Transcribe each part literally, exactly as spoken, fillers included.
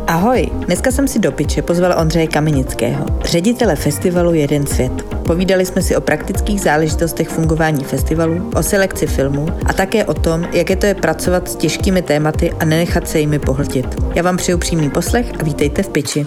Ahoj, dneska jsem si do Piče pozvala Ondřeje Kamenického, ředitele festivalu Jeden svět. Povídali jsme si o praktických záležitostech fungování festivalu, o selekci filmů a také o tom, jaké to je pracovat s těžkými tématy a nenechat se jimi pohltit. Já vám přeju příjemný poslech a vítejte v Piči.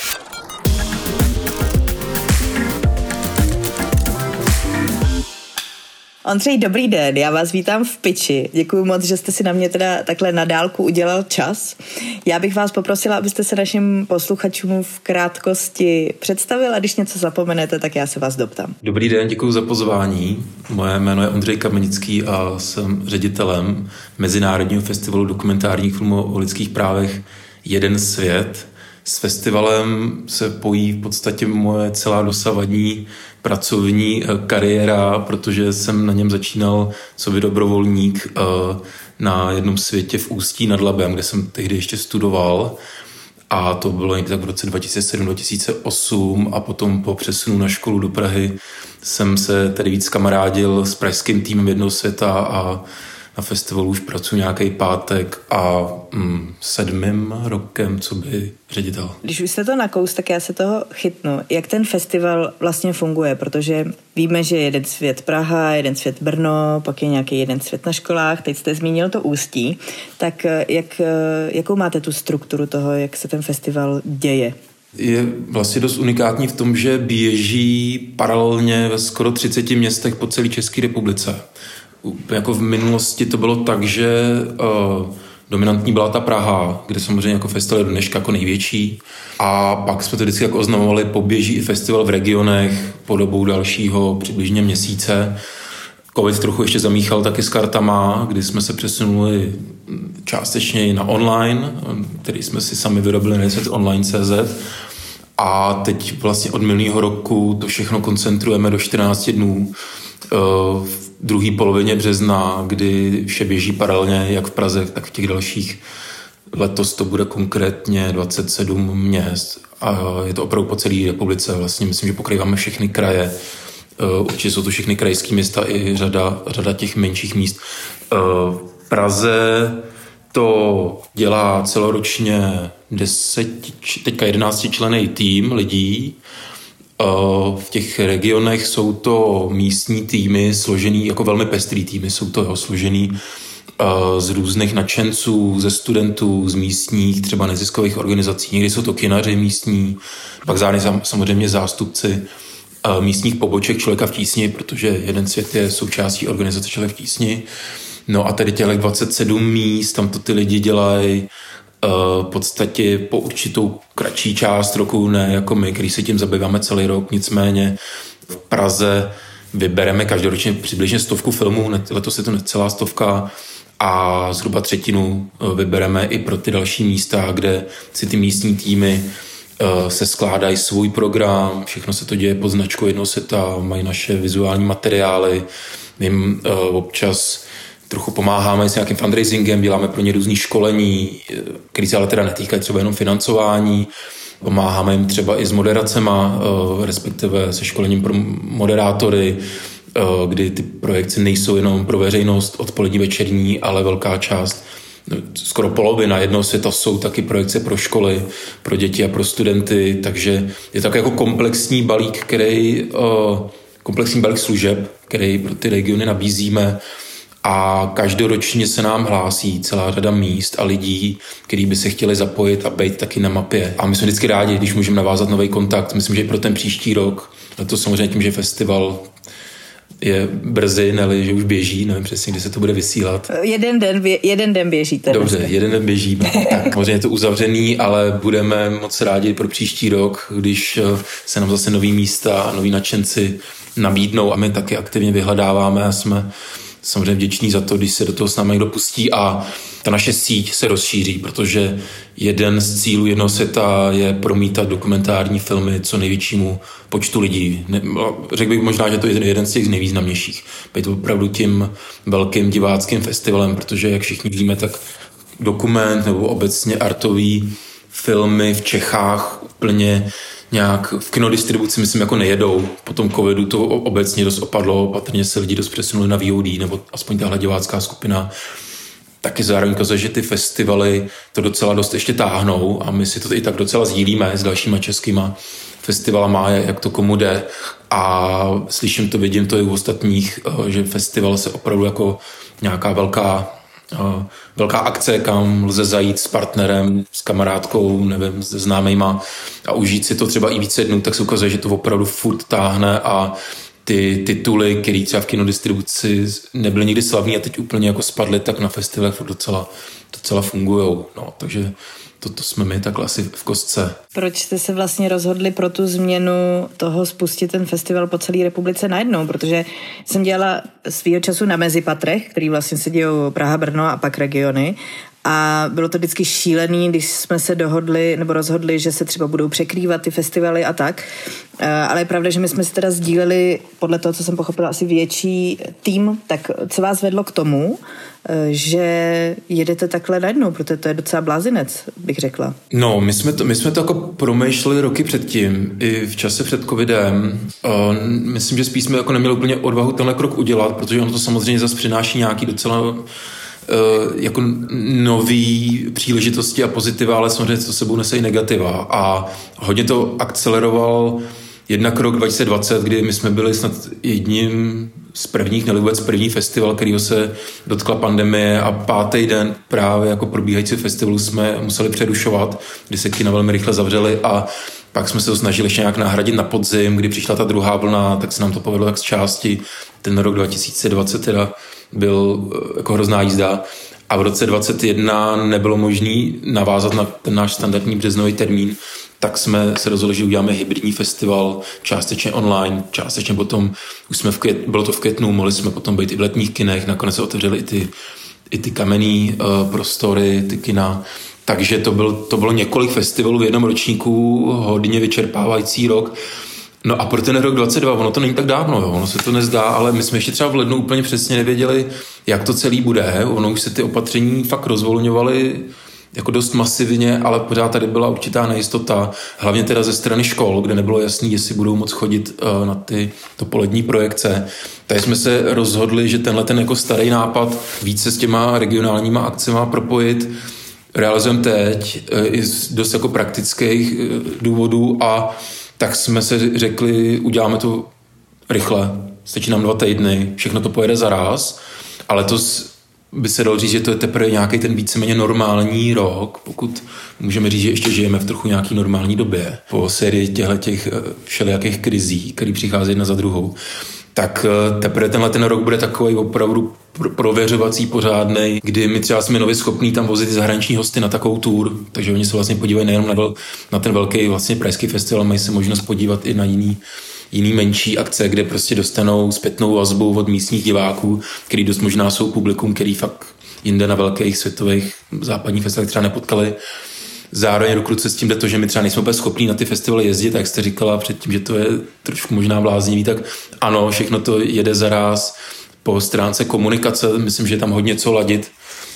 Ondřej, dobrý den, já vás vítám v Piči. Děkuji moc, že jste si na mě teda takhle na dálku udělal čas. Já bych vás poprosila, abyste se našim posluchačům v krátkosti představil a když něco zapomenete, tak já se vás doptám. Dobrý den, děkuji za pozvání. Moje jméno je Ondřej Kamenický a jsem ředitelem Mezinárodního festivalu dokumentárních filmů o lidských právech Jeden svět. S festivalem se pojí v podstatě moje celá dosavadní pracovní kariéra, protože jsem na něm začínal coby dobrovolník na jednom světě v Ústí nad Labem, kde jsem tehdy ještě studoval. A to bylo někdy tak v roce dva tisíce sedm dva tisíce osm a potom po přesunu na školu do Prahy jsem se tedy víc kamarádil s pražským týmem Jednoho světa a na festivalu už pracuji nějaký pátek a mm, sedmým rokem, co by ředitel. Když už jste to nakous, tak já se toho chytnu. Jak ten festival vlastně funguje? Protože víme, že jeden svět Praha, jeden svět Brno, pak je nějaký jeden svět na školách, teď jste zmínil to Ústí. Tak jak, jakou máte tu strukturu toho, jak se ten festival děje? Je vlastně dost unikátní v tom, že běží paralelně ve skoro třiceti městech po celé České republice. Jako v minulosti to bylo tak, že uh, dominantní byla ta Praha, kde samozřejmě jako festival je do dneška jako největší. A pak jsme to vždycky jako oznamovali, poběží i festival v regionech po dobu dalšího přibližně měsíce. Covid trochu ještě zamíchal taky s kartama, kdy jsme se přesunuli částečně i na online, který jsme si sami vyrobili na online tečka cé zet. A teď vlastně od minulého roku to všechno koncentrujeme do čtrnácti dnů. V druhé polovině března, kdy vše běží paralelně jak v Praze, tak v těch dalších. Letos to bude konkrétně dvacet sedm měst a je to opravdu po celé republice. Vlastně myslím, že pokrýváme všechny kraje. Určitě jsou to všechny krajské města i řada, řada těch menších míst. V Praze to dělá celoročně deset, teďka jedenáctičlenný tým lidí. V těch regionech jsou to místní týmy složený, jako velmi pestrý týmy, jsou to jo, složený z různých nadšenců, ze studentů, z místních, třeba neziskových organizací, někdy jsou to kinaři místní, pak zároveň samozřejmě zástupci místních poboček Člověka v tísni, protože Jeden svět je součástí organizace Člověk v tísni. No a tady těch dvacet sedm míst, tam to ty lidi dělají v podstatě po určitou kratší část roku, ne jako my, který se tím zabýváme celý rok, nicméně v Praze vybereme každoročně přibližně stovku filmů, letos je to necelá stovka a zhruba třetinu vybereme i pro ty další místa, kde si ty místní týmy se skládají svůj program, všechno se to děje pod značkou Jednoho světa, mají naše vizuální materiály, jim občas trochu pomáháme s nějakým fundraisingem, děláme pro ně různý školení, který se ale teda netýkají třeba jenom financování. Pomáháme jim třeba i s moderacema, respektive se školením pro moderátory, kdy ty projekce nejsou jenom pro veřejnost odpolední večerní, ale velká část, skoro polovina Jednoho světa jsou taky projekce pro školy, pro děti a pro studenty, takže je to jako komplexní balík, který, komplexní balík služeb, který pro ty regiony nabízíme. A každoročně se nám hlásí celá řada míst a lidí, kteří by se chtěli zapojit a být taky na mapě. A my jsme vždycky rádi, když můžeme navázat nový kontakt. Myslím, že i pro ten příští rok, a to samozřejmě tím, že festival je brzy, neli, že už běží, nevím přesně, kdy se to bude vysílat. Jeden den, bě, jeden den běžíte. Dobře, dneska. jeden den běžíme. Tak samozřejmě je to uzavřený, ale budeme moc rádi pro příští rok, když se nám zase nový místa a noví nadšenci nabídnou a my taky aktivně vyhledáváme a jsme samozřejmě vděční za to, když se do toho s námi někdo pustí a ta naše síť se rozšíří, protože jeden z cílů Jednoho světa je promítat dokumentární filmy co největšímu počtu lidí. Řekl bych možná, že to je jeden z těch nejvýznamnějších. Je to opravdu tím velkým diváckým festivalem, protože jak všichni víme, tak dokument nebo obecně artový filmy v Čechách úplně nějak v kinodistribuci, myslím, jako nejedou. Po tom covidu to obecně dost opadlo, patrně se lidi dost přesunuli na V O D, nebo aspoň tahle divácká skupina. taky zároveň ukazuje, že ty festivaly to docela dost ještě táhnou a my si to i tak docela sdílíme s dalšíma českýma festivalama, jak to komu jde a slyším to, vidím to i u ostatních, že festival se opravdu jako nějaká velká velká akce, kam lze zajít s partnerem, s kamarádkou, nevím, se známejma a užít si to třeba i více dnů, tak se ukazuje, že to opravdu furt táhne a ty tituly, které třeba v kinodistribuci nebyly nikdy slavní a teď úplně jako spadly, tak na festivalech docela, docela fungujou. No, takže to, to jsme my takhle asi v kostce. Proč jste se vlastně rozhodli pro tu změnu toho spustit ten festival po celé republice najednou? Protože jsem dělala svýho času na Mezipatrech, který vlastně se dějou Praha, Brno a pak regiony. A bylo to vždycky šílený, když jsme se dohodli nebo rozhodli, že se třeba budou překrývat ty festivaly a tak. Ale je pravda, že my jsme si teda sdíleli, podle toho, co jsem pochopila, asi větší tým. Tak co vás vedlo k tomu, že jedete takhle najednou, protože to je docela blázinec, bych řekla. No, my jsme to, my jsme to jako promýšleli roky předtím, i v čase před covidem. Uh, myslím, že spíš jsme jako neměli úplně odvahu tenhle krok udělat, protože ono to samozřejmě zase přináší nějaký docela jako nový příležitosti a pozitiva, ale samozřejmě to sebou nese i negativa. A hodně to akceleroval jednak rok dva tisíce dvacet, kdy my jsme byli snad jedním z prvních, nebo vůbec první festival, kterýho se dotkla pandemie a pátý den právě jako probíhající festivalu jsme museli přerušovat, kdy se kina velmi rychle zavřely a pak jsme se to snažili ještě nějak nahradit na podzim, kdy přišla ta druhá vlna, tak se nám to povedlo tak z části. Ten rok dva tisíce dvacet teda byl jako hrozná jízda a v roce dvacet jedna nebylo možné navázat na ten náš standardní březnový termín, tak jsme se rozhodli, že uděláme hybridní festival, částečně online, částečně potom, už jsme v květ, bylo to v květnu, mohli jsme potom být i v letních kinech, nakonec se otevřeli i ty, i ty kamenný uh, prostory, ty kina, takže to, byl, to bylo několik festivalů v jednom ročníku, hodně vyčerpávající rok. No a pro ten rok dvacet dva, ono to není tak dávno, jo, ono se to nezdá, ale my jsme ještě třeba v lednu úplně přesně nevěděli, jak to celý bude. Ono už se ty opatření fakt rozvolňovaly jako dost masivně, ale pořád tady byla určitá nejistota, hlavně teda ze strany škol, kde nebylo jasný, jestli budou moc chodit uh, na ty dopolední projekce. Takže jsme se rozhodli, že tenhle ten jako starý nápad více s těma regionálníma akcema propojit realizujeme teď uh, i z dost jako praktických uh, důvodů a tak jsme se řekli, uděláme to rychle, stačí nám dva týdny, všechno to pojede za ráz, ale to by se dalo říct, že to je teprve nějaký ten víceméně normální rok, pokud můžeme říct, že ještě žijeme v trochu nějaký normální době, po sérii těchto těch všelijakých krizí, které přicházejí jedna za druhou. Tak teprve tenhle ten rok bude takový opravdu prověřovací pořádnej, kdy my třeba jsme nově schopní tam vozit zahraniční hosty na takovou tour, takže oni se vlastně podívají nejenom na, vel, na ten velký vlastně pražský festival, mají se možnost podívat i na jiný, jiný menší akce, kde prostě dostanou zpětnou vazbu od místních diváků, který dost možná jsou publikum, který fakt jinde na velkých světových západních festivalech třeba nepotkali. Zároveň ruku se s tím jde to, že my třeba nejsme úplně schopní na ty festivaly jezdit, tak jak jste říkala předtím, že to je trošku možná bláznivý, tak ano, všechno to jede za ráz. Po stránce komunikace, myslím, že je tam hodně co ladit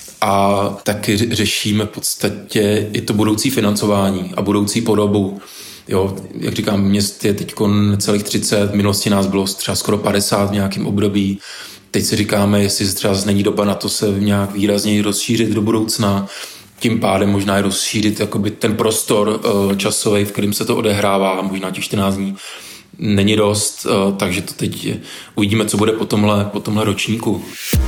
a taky řešíme v podstatě i to budoucí financování a budoucí podobu. Jo, jak říkám, měst je teď celých třicet, v minulosti nás bylo třeba skoro padesát v nějakém období. Teď si říkáme, jestli třeba není doba na to se nějak výrazněji rozšířit do budoucna, tím pádem možná i rozšířit jakoby ten prostor časový, v kterém se to odehrává, možná těch čtrnáct dní. Není dost, takže to teď uvidíme, co bude po tomhle, po tomhle ročníku.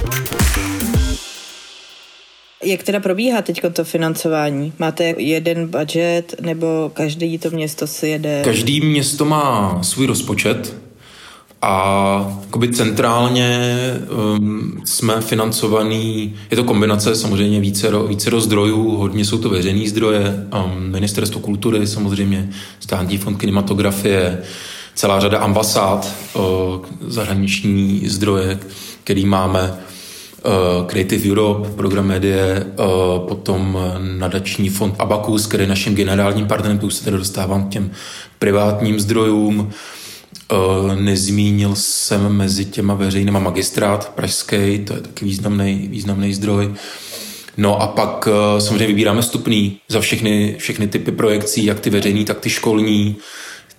Jak teda probíhá teď to financování? Máte jeden budget nebo každý to město si jede? Každý město má svůj rozpočet a jakoby centrálně um, jsme financovaný, je to kombinace samozřejmě vícero, vícero zdrojů, hodně jsou to veřejný zdroje, um, Ministerstvo kultury samozřejmě, Státní fond kinematografie, celá řada ambasád, zahraniční zdroje, který máme, Creative Europe, Program Medie, potom nadační fond Abacus, který je naším generálním partnerem, tu se tedy dostávám k těm privátním zdrojům. Nezmínil jsem mezi těma veřejnýma magistrát pražský, to je taky významný, významný zdroj. No a pak samozřejmě vybíráme vstupný za všechny, všechny typy projekcí, jak ty veřejný, tak ty školní.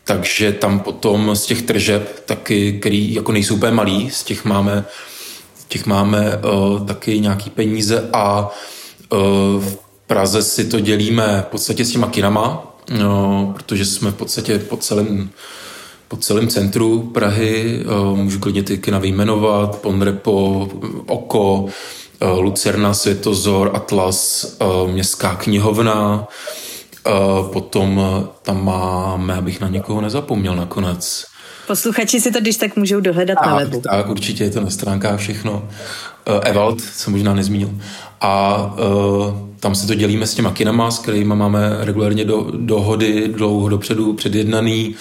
Takže tam potom z těch tržeb taky, který jako nejsou úplně malý, z těch máme těch máme uh, taky nějaký peníze a uh, v Praze si to dělíme v podstatě s těma kinama, no, protože jsme v podstatě po celém, po celém centru Prahy, uh, můžu klidně ty kina vyjmenovat, Ponrepo, Oko, uh, Lucerna, Světozor, Atlas, uh, Městská knihovna, uh, potom tam máme, abych na někoho nezapomněl nakonec. Posluchači si to když tak můžou dohledat tak, na webu. Tak, určitě je to na stránkách všechno. Uh, Evald jsem možná nezmínil. A uh, tam se to dělíme s těma kinama, s kterými máme regulárně do, dohody dlouho dopředu předjednaný.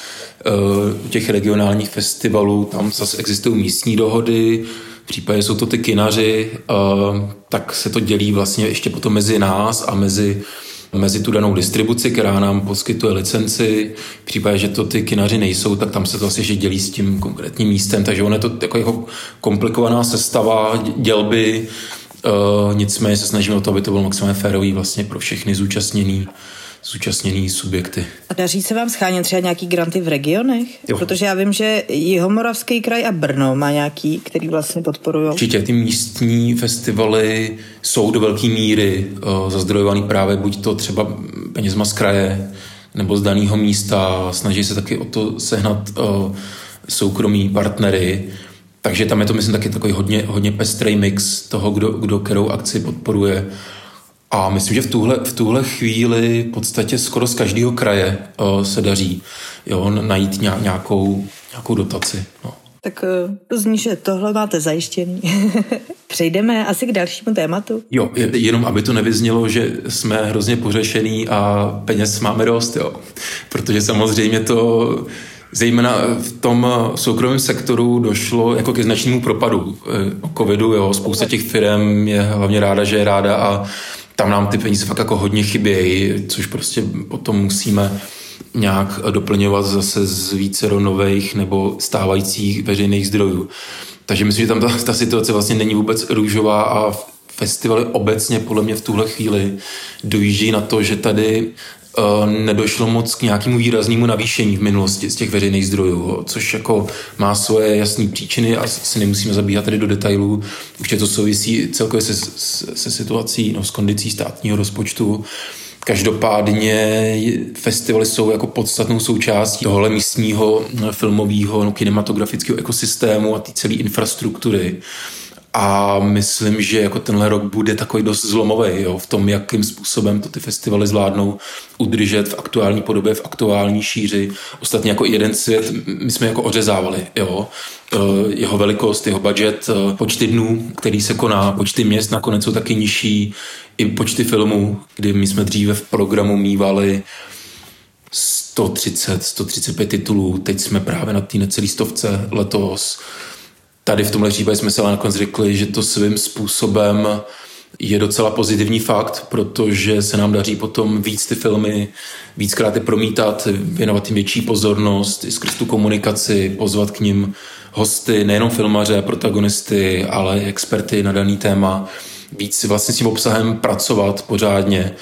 U těch regionálních festivalů tam zase existují místní dohody, v případě jsou to ty kinaři, tak se to dělí vlastně ještě potom mezi nás a mezi, mezi tu danou distribuci, která nám poskytuje licenci. V případě, že to ty kinaři nejsou, tak tam se to asi ještě dělí s tím konkrétním místem, takže ono je to jako, jako komplikovaná sestava dělby. Uh, nicméně se snažíme o to, aby to bylo maximálně férový vlastně pro všechny zúčastněný, zúčastněný subjekty. A daří se vám schánět třeba nějaký granty v regionech? Jo. Protože já vím, že Jihomoravský kraj a Brno má nějaký, který vlastně podporují. Určitě ty místní festivaly jsou do velké míry uh, zazdrojovaný právě buď to třeba penězma z kraje nebo z daného místa. Snaží se taky o to sehnat uh, soukromí partnery. Takže tam je to, myslím, taky takový hodně, hodně pestrý mix toho, kdo, kdo kterou akci podporuje. A myslím, že v tuhle, v tuhle chvíli v podstatě skoro z každého kraje uh, se daří jo, najít nějakou, nějakou dotaci. No. Tak to zní, že tohle máte zajištěný. Přejdeme asi k dalšímu tématu. Jo, jenom aby to nevyznělo, že jsme hrozně pořešený a peněz máme dost, jo. Protože samozřejmě to... Zejména v tom soukromém sektoru došlo jako ke značnému propadu o covidu, jo. Spousta těch firem je hlavně ráda, že je ráda a tam nám ty peníze fakt jako hodně chybějí, což prostě potom musíme nějak doplňovat zase z vícero nových nebo stávajících veřejných zdrojů. Takže myslím, že tam ta, ta situace vlastně není vůbec růžová a festivaly obecně podle mě v tuhle chvíli dojíždí na to, že tady nedošlo moc k nějakému výraznému navýšení v minulosti z těch veřejných zdrojů, což jako má svoje jasné příčiny a si nemusíme zabíhat tady do detailů. Už je to souvisí celkově se, se, se situací, no, s kondicí státního rozpočtu. Každopádně festivaly jsou jako podstatnou součástí tohle místního filmového, no, kinematografického ekosystému a té celé infrastruktury. A myslím, že jako tenhle rok bude takový dost zlomový, jo, v tom, jakým způsobem to ty festivaly zvládnou udržet v aktuální podobě, v aktuální šíři. Ostatně jako jeden svět my jsme jako ořezávali, jo. Jeho velikost, jeho budget, počty dnů, který se koná, počty měst nakonec jsou taky nižší, i počty filmů, kdy my jsme dříve v programu mívali sto třicet, sto třicet pět titulů, teď jsme právě na té necelé stovce letos. Tady v tomhle případě jsme se ale nakonec řekli, že to svým způsobem je docela pozitivní fakt, protože se nám daří potom víc ty filmy, víckrát je promítat, věnovat jim větší pozornost, i skrz tu komunikaci, pozvat k nim hosty, nejenom filmaře, protagonisty, ale i experty na daný téma, víc vlastně s tím obsahem pracovat pořádně.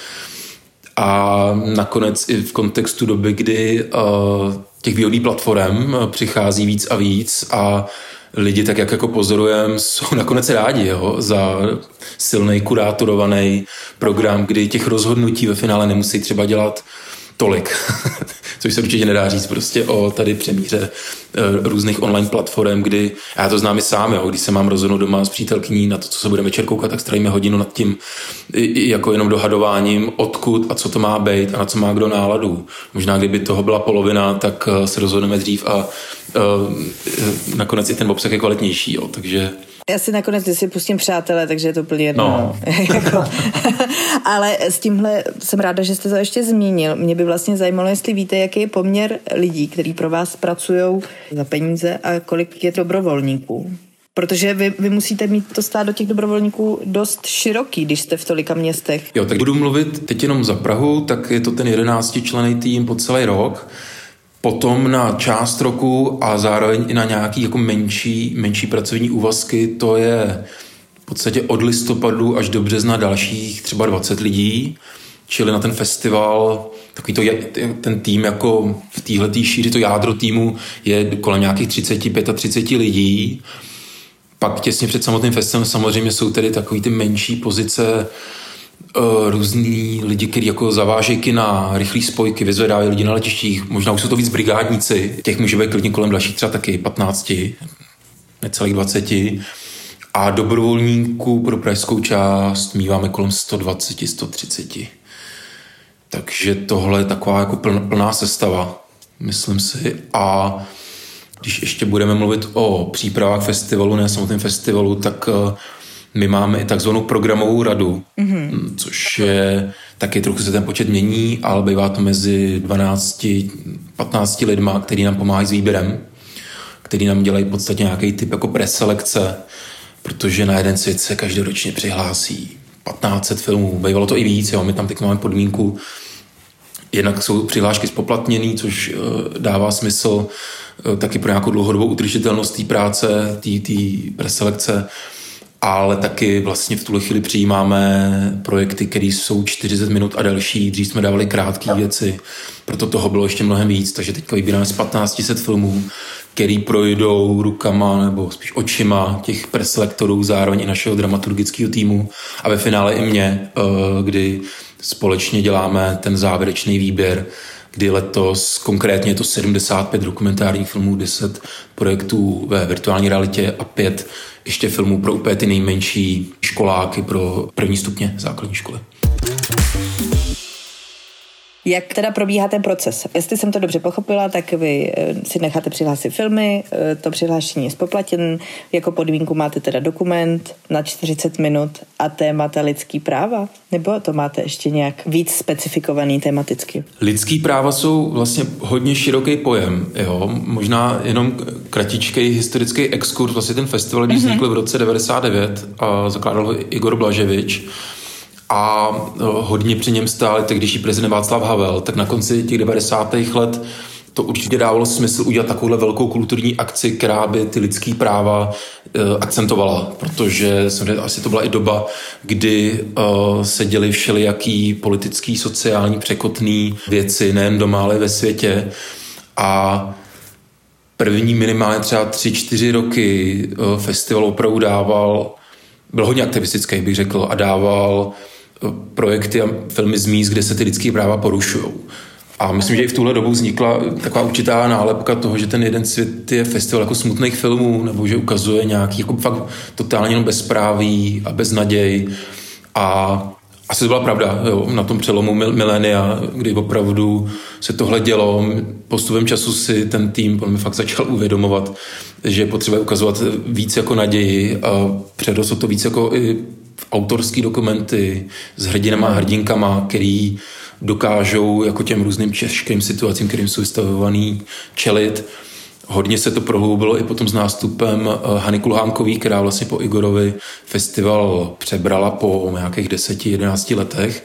A nakonec i v kontextu doby, kdy uh, těch V O D platform přichází víc a víc a lidi, tak jak jako pozorujeme, jsou nakonec rádi, jo, za silnej kurátorovaný program, kdy těch rozhodnutí ve finále nemusí třeba dělat tolik, což se určitě nedá říct prostě o tady přemíře různých online platform, kdy, já to znám i sám, jo, když se mám rozhodnout doma s přítelkyní na to, co se budeme večer koukat, tak strávíme hodinu nad tím jako jenom dohadováním, odkud a co to má být a na co má kdo náladu. Možná kdyby toho byla polovina, tak se rozhodneme dřív a uh, nakonec i ten obsah je kvalitnější, jo, takže... Já si nakonec si pustím Přátelé, takže je to úplně jedno. No. jako, ale s tímhle jsem ráda, že jste to ještě zmínil. Mě by vlastně zajímalo, jestli víte, jaký je poměr lidí, kteří pro vás pracují za peníze a kolik je dobrovolníků. Protože vy, vy musíte mít to stát do těch dobrovolníků dost široký, když jste v tolika městech. Jo, tak budu mluvit teď jenom za Prahu, tak je to ten jedenáctičlenný tým po celý rok. Potom na část roku a zároveň i na nějaký jako menší, menší pracovní úvazky, to je v podstatě od listopadu až do března dalších třeba dvacet lidí, čili na ten festival, takový to, ten tým jako v téhletý šíři, to jádro týmu je kolem nějakých třicet, třicet pět lidí. Pak těsně před samotným festem samozřejmě jsou tedy takový ty menší pozice, Uh, různý lidi, kteří jako zavážejí kina, rychlý spojky, vyzvedávají lidi na letištích, možná už jsou to víc brigádníci, těch může být klidně kolem dalších třeba taky patnácti, necelých dvaceti. A dobrovolníků pro pražskou část míváme kolem sto dvacet, sto třicet. Takže tohle je taková jako plná, plná sestava, myslím si. A když ještě budeme mluvit o přípravách festivalu, ne samotném festivalu, tak uh, my máme i takzvanou programovou radu, mm-hmm. což je taky trochu se ten počet mění, ale bývá to mezi dvanácti patnácti lidma, kteří nám pomáhají s výběrem, kteří nám dělají v podstatě nějaký typ jako preselekce, protože na jeden svět se každoročně přihlásí patnáct set filmů, bývalo to i víc, jo, my tam teď máme podmínku, jednak jsou přihlášky spoplatněný, což dává smysl taky pro nějakou dlouhodobou udržitelnost té práce, té preselekce, ale taky vlastně v tuhle chvíli přijímáme projekty, které jsou čtyřicet minut a delší. Dřív jsme dávali krátké věci, proto toho bylo ještě mnohem víc, takže teďka vybíráme z patnáct set filmů, který projdou rukama nebo spíš očima těch preselektorů, zároveň i našeho dramaturgického týmu a ve finále i mě, kdy společně děláme ten závěrečný výběr, kdy letos konkrétně je to sedmdesát pět dokumentárních filmů, deset projektů ve virtuální realitě a pět ještě filmů pro úplně ty nejmenší školáky pro první stupně základní školy. Jak teda probíhá ten proces? Jestli jsem to dobře pochopila, tak vy si necháte přihlásit filmy, to přihlášení je spoplatněn, jako podmínku máte teda dokument na čtyřicet minut a témata lidský práva? Nebo to máte ještě nějak víc specifikovaný tematicky? Lidský práva jsou vlastně hodně široký pojem, jo. Možná jenom kratičký historický exkurs, vlastně ten festival, když vznikl mm-hmm. v roce devadesát devět a zakládal ho Igor Blaževič, a hodně při něm stál tehdejší prezident Václav Havel, tak na konci těch devadesátých let to určitě dávalo smysl udělat takovouhle velkou kulturní akci, která by ty lidský práva e, akcentovala, protože samozřejmě asi to byla i doba, kdy e, se děly všelijaký politický, sociální, překotný věci, nejen doma, ale ve světě. A první minimálně třeba tři, čtyři roky e, festival opravdu dával, byl hodně aktivistický, bych řekl, a dával projekty a filmy z míst, kde se ty lidské práva porušují. A myslím, že i v tuhle dobu vznikla taková určitá nálepka toho, že ten jeden svět je festival jako smutných filmů, nebo že ukazuje nějaký jako fakt totálně jenom bezpráví a beznaděj. A asi to byla pravda, jo, na tom přelomu milénia, kdy opravdu se tohle dělo. Postupem času si ten tým mi fakt začal uvědomovat, že je potřeba ukazovat víc jako naději a předostlo to víc jako i autorský dokumenty s hrdinama a hrdinkama, který dokážou jako těm různým těžkým situacím, kterým jsou vystavovaný, čelit. Hodně se to prohloubilo i potom s nástupem Hany Kulhánkový, která vlastně po Igorovi festival přebrala po nějakých deseti, jedenácti letech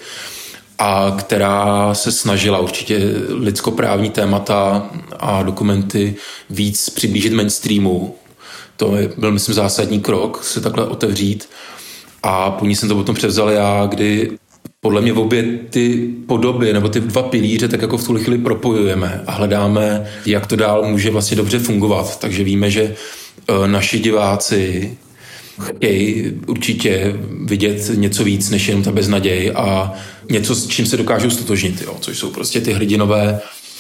a která se snažila určitě lidskoprávní témata a dokumenty víc přiblížit mainstreamu. To je, byl, myslím, zásadní krok se takhle otevřít. A po ní jsem to potom převzal já, kdy podle mě obě ty podoby nebo ty dva pilíře tak jako v tuhle chvíli propojujeme a hledáme, jak to dál může vlastně dobře fungovat. Takže víme, že naši diváci chtějí určitě vidět něco víc než jenom ta beznaděj a něco, s čím se dokážou stotožnit, jo, což jsou prostě ty hrdinové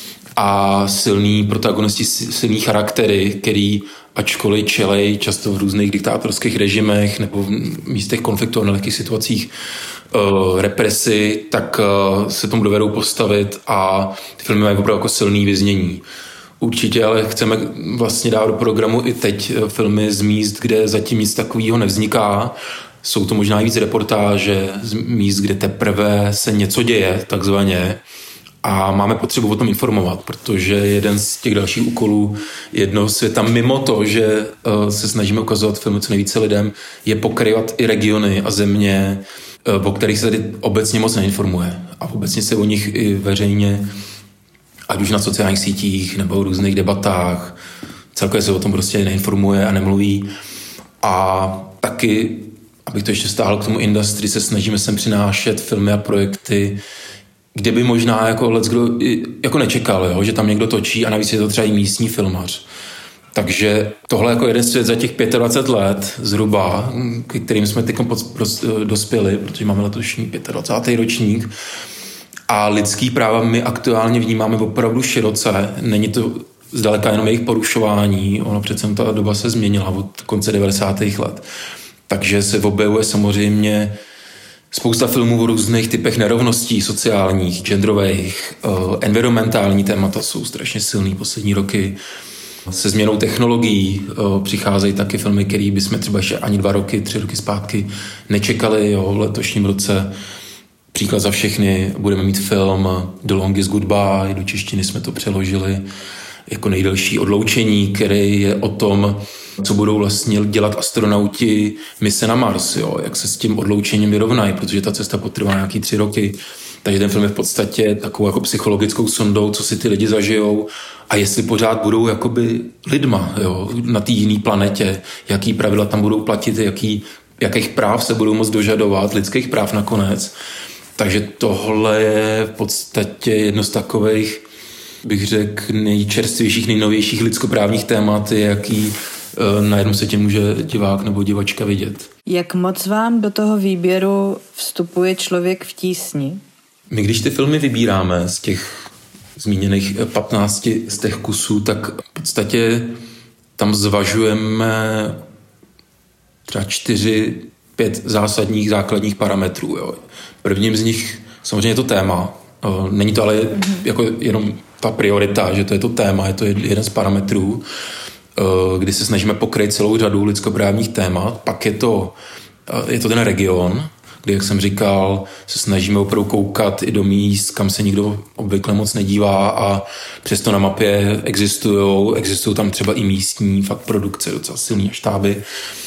a silní protagonisti, silní charaktery, který ačkoliv čelej často v různých diktátorských režimech nebo v místech konfliktu a nelehkých situacích uh, represi, tak uh, se tomu dovedou postavit a ty filmy mají opravdu jako silný vyznění. Určitě, ale chceme vlastně dát do programu i teď filmy z míst, kde zatím nic takového nevzniká. Jsou to možná víc reportáže z míst, kde teprve se něco děje, takzvaně. A máme potřebu o tom informovat, protože jeden z těch dalších úkolů jednoho světa, mimo to, že uh, se snažíme ukazovat filmy co nejvíce lidem, je pokrývat i regiony a země, uh, o kterých se tady obecně moc neinformuje. A obecně se o nich i veřejně, ať už na sociálních sítích nebo v různých debatách, celkově se o tom prostě neinformuje a nemluví. A taky, abych to ještě stáhl k tomu industrii, se snažíme sem přinášet filmy a projekty, kde by možná jako leckdo jako nečekal, jo, že tam někdo točí a navíc je to třeba i místní filmař. Takže tohle jako jeden svět za těch dvacet pět let zhruba, k kterým jsme teď dospěli, protože máme letošní dvacátý pátý ročník. A lidský práva my aktuálně vnímáme opravdu široce. Není to zdaleka jenom jejich porušování, ono přece ta doba se změnila od konce devadesátých let. Takže se objevuje samozřejmě spousta filmů o různých typech nerovností sociálních, genderových, uh, environmentální témata jsou strašně silný poslední roky. Se změnou technologií uh, přicházejí taky filmy, které bychom třeba ještě ani dva roky, tři roky zpátky nečekali. Jo, v letošním roce příklad za všechny, budeme mít film The Longest Goodbye, do češtiny jsme to přeložili jako nejdelší odloučení, který je o tom, co budou vlastně dělat astronauti mise na Mars, jo, jak se s tím odloučením vyrovnají, protože ta cesta potrvá nějaký tři roky. Takže ten film je v podstatě takovou jako psychologickou sondou, co si ty lidi zažijou a jestli pořád budou jakoby lidma, jo, na té jiné planetě, jaký pravidla tam budou platit, jaký, jakých práv se budou moct dožadovat, lidských práv nakonec. Takže tohle je v podstatě jedno z takových, bych řekl, nejčerstvějších, nejnovějších lidskoprávních témat, jaký na jednom světě může divák nebo divačka vidět. Jak moc vám do toho výběru vstupuje Člověk v tísni? My když ty filmy vybíráme z těch zmíněných patnácti z těch kusů, tak v podstatě tam zvažujeme třeba čtyři, pět zásadních základních parametrů. Jo. Prvním z nich samozřejmě je to téma. Není to ale mm-hmm. jako jenom ta priorita, že to je to téma, je to jeden z parametrů, kdy se snažíme pokryt celou řadu lidskoprávních témat. Pak je to, je to ten region, kdy, jak jsem říkal, se snažíme opravdu koukat i do míst, kam se nikdo obvykle moc nedívá a přesto na mapě existují, existují tam třeba i místní fakt produkce, docela silný štáby.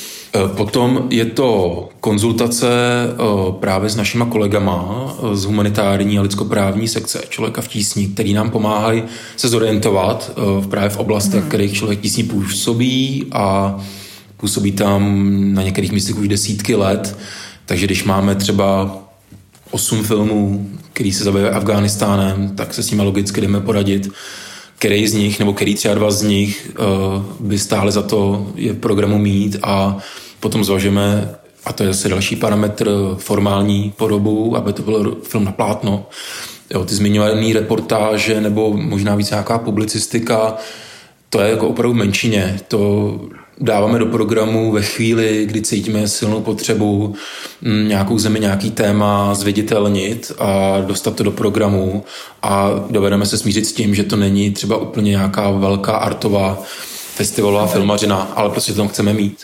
Potom je to konzultace právě s našima kolegama z humanitární a lidskoprávní sekce Člověka v tísni, který nám pomáhají se zorientovat právě v oblastech, hmm. kterých Člověk v tísni působí a působí tam na některých místech už desítky let. Takže když máme třeba osm filmů, který se zabývají Afghánistánem, tak se s nimi logicky jdeme poradit, který z nich, nebo který třeba dva z nich by stále za to je v programu mít a potom zvažujeme, a to je zase další parametr, formální podobu, aby to byl film na plátno. Jo, ty zmiňované reportáže nebo možná víc nějaká publicistika, to je jako opravdu menšině. To dáváme do programu ve chvíli, kdy cítíme silnou potřebu nějakou zemi, nějaký téma zviditelnit a dostat to do programu a dovedeme se smířit s tím, že to není třeba úplně nějaká velká artová festivalová filmařina, ale prostě to tam chceme mít.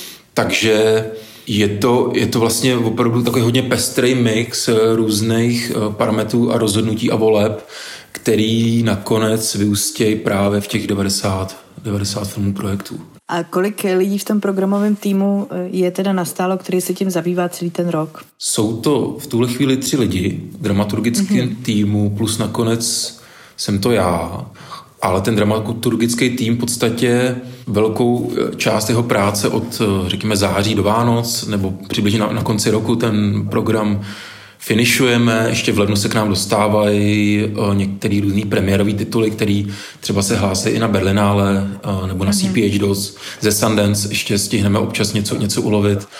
Takže je to, je to vlastně opravdu takový hodně pestrý mix různých parametrů a rozhodnutí a voleb, který nakonec vyústějí právě v těch devadesát, devadesát filmů projektů. A kolik lidí v tom programovém týmu je teda nastálo, který se tím zabývá celý ten rok? Jsou to v tuhle chvíli tři lidi v dramaturgickém mm-hmm. týmu, plus nakonec jsem to já. Ale ten dramaturgický tým v podstatě velkou část jeho práce od, řekněme, září do Vánoc, nebo přibližně na, na konci roku ten program finišujeme, ještě v lednu se k nám dostávají některé různý premiérový tituly, které třeba se hlásí i na Berlinále nebo na C P H dos, ze Sundance ještě stihneme občas něco, něco ulovit.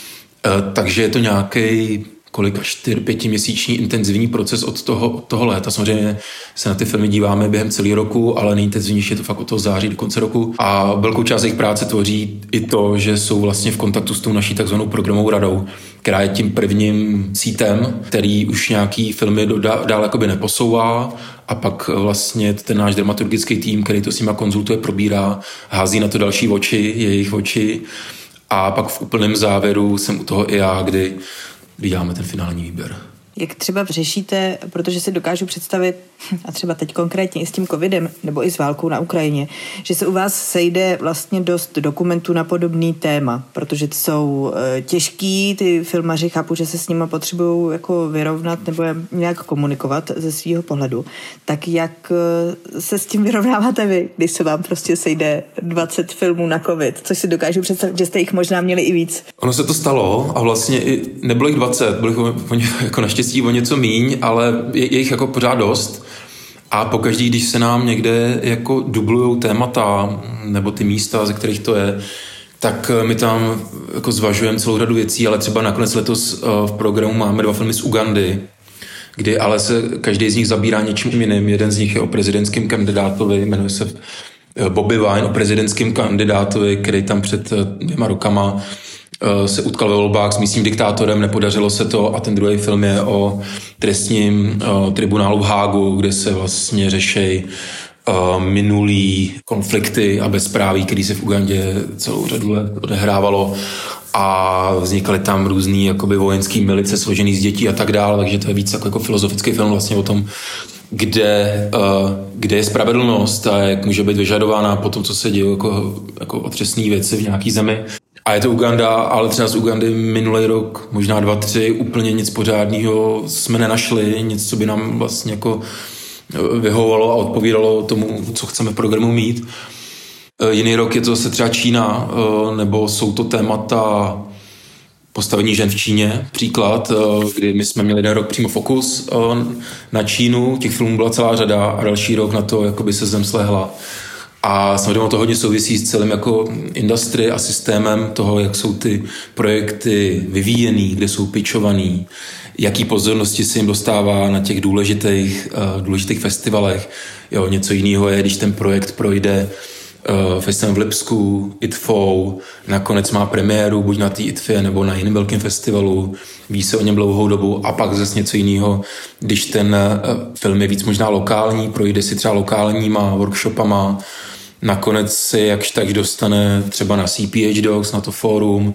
Takže je to nějaký kolika čtyř, pětiměsíční intenzivní proces od toho, od toho léta. Samozřejmě se na ty filmy díváme během celého roku, ale nejintenzivnější je to fakt od toho září do konce roku. A velkou část jejich práce tvoří i to, že jsou vlastně v kontaktu s tou naší takzvanou programovou radou, která je tím prvním sítem, který už nějaký filmy dál, dál jakoby neposouvá a pak vlastně ten náš dramaturgický tým, který to s nima konzultuje, probírá, hází na to další oči, jejich oči a pak v úplném závěru jsem u toho i já, kdy kdy děláme ten finální výběr. Jak třeba řešíte, protože si dokážu představit, a třeba teď konkrétně i s tím covidem, nebo i s válkou na Ukrajině, že se u vás sejde vlastně dost dokumentů na podobný téma, protože jsou těžký, ty filmaři chápu, že se s nimi potřebují jako vyrovnat nebo nějak komunikovat ze svého pohledu. Tak jak se s tím vyrovnáváte vy, když se vám prostě sejde dvacet filmů na covid, což si dokážu představit, že jste jich možná měli i víc? Ono se to stalo a vlastně i nebylo jich dvacet, bylo jich jako naštěstí o něco míň, ale je, je jich jako pořád dost. A pokaždý, když se nám někde jako dublujou témata nebo ty místa, ze kterých to je, tak my tam jako zvažujeme celou řadu věcí, ale třeba nakonec letos v programu máme dva filmy z Ugandy, kdy ale se každý z nich zabírá něčím jiným. Jeden z nich je o prezidentském kandidátovi, jmenuje se Bobby Wine, o prezidentském kandidátovi, který tam před dvěma rokama se utkal ve volbách s místním diktátorem, nepodařilo se to, a ten druhý film je o trestním tribunálu v Hágu, kde se vlastně řeší minulý konflikty a bezpráví, který se v Ugandě celou řadu let odehrávalo, a vznikaly tam různý jakoby vojenský milice složený z dětí a tak dále, takže to je víc jako, jako filozofický film vlastně o tom, kde, uh, kde je spravedlnost a jak může být vyžadována po tom, co se děje jako, jako otřesné věci v nějaký zemi. A je to Uganda, ale třeba z Ugandy minulý rok, možná dva, tři, úplně nic pořádného jsme nenašli, nic, co by nám vlastně jako vyhovovalo a odpovídalo tomu, co chceme v programu mít. Jiný rok je to zase třeba Čína, nebo jsou to témata postavení žen v Číně, příklad, kdy my jsme měli jeden rok přímo fokus na Čínu, těch filmů byla celá řada, a další rok na to, jakoby se zem slehla. A samozřejmě to hodně souvisí s celým jako industry a systémem toho, jak jsou ty projekty vyvíjený, kde jsou pitchovaný, jaký pozornosti se jim dostává na těch důležitých, uh, důležitých festivalech. Jo, něco jiného je, když ten projekt projde uh, festivalem v Lipsku, I T F O, nakonec má premiéru buď na té I T F E nebo na jiném velkém festivalu, ví se o něm dlouhou dobu, a pak zase něco jiného, když ten uh, film je víc možná lokální, projde si třeba lokálníma workshopama, nakonec se jakž tak dostane třeba na C P H Docs, na to fórum,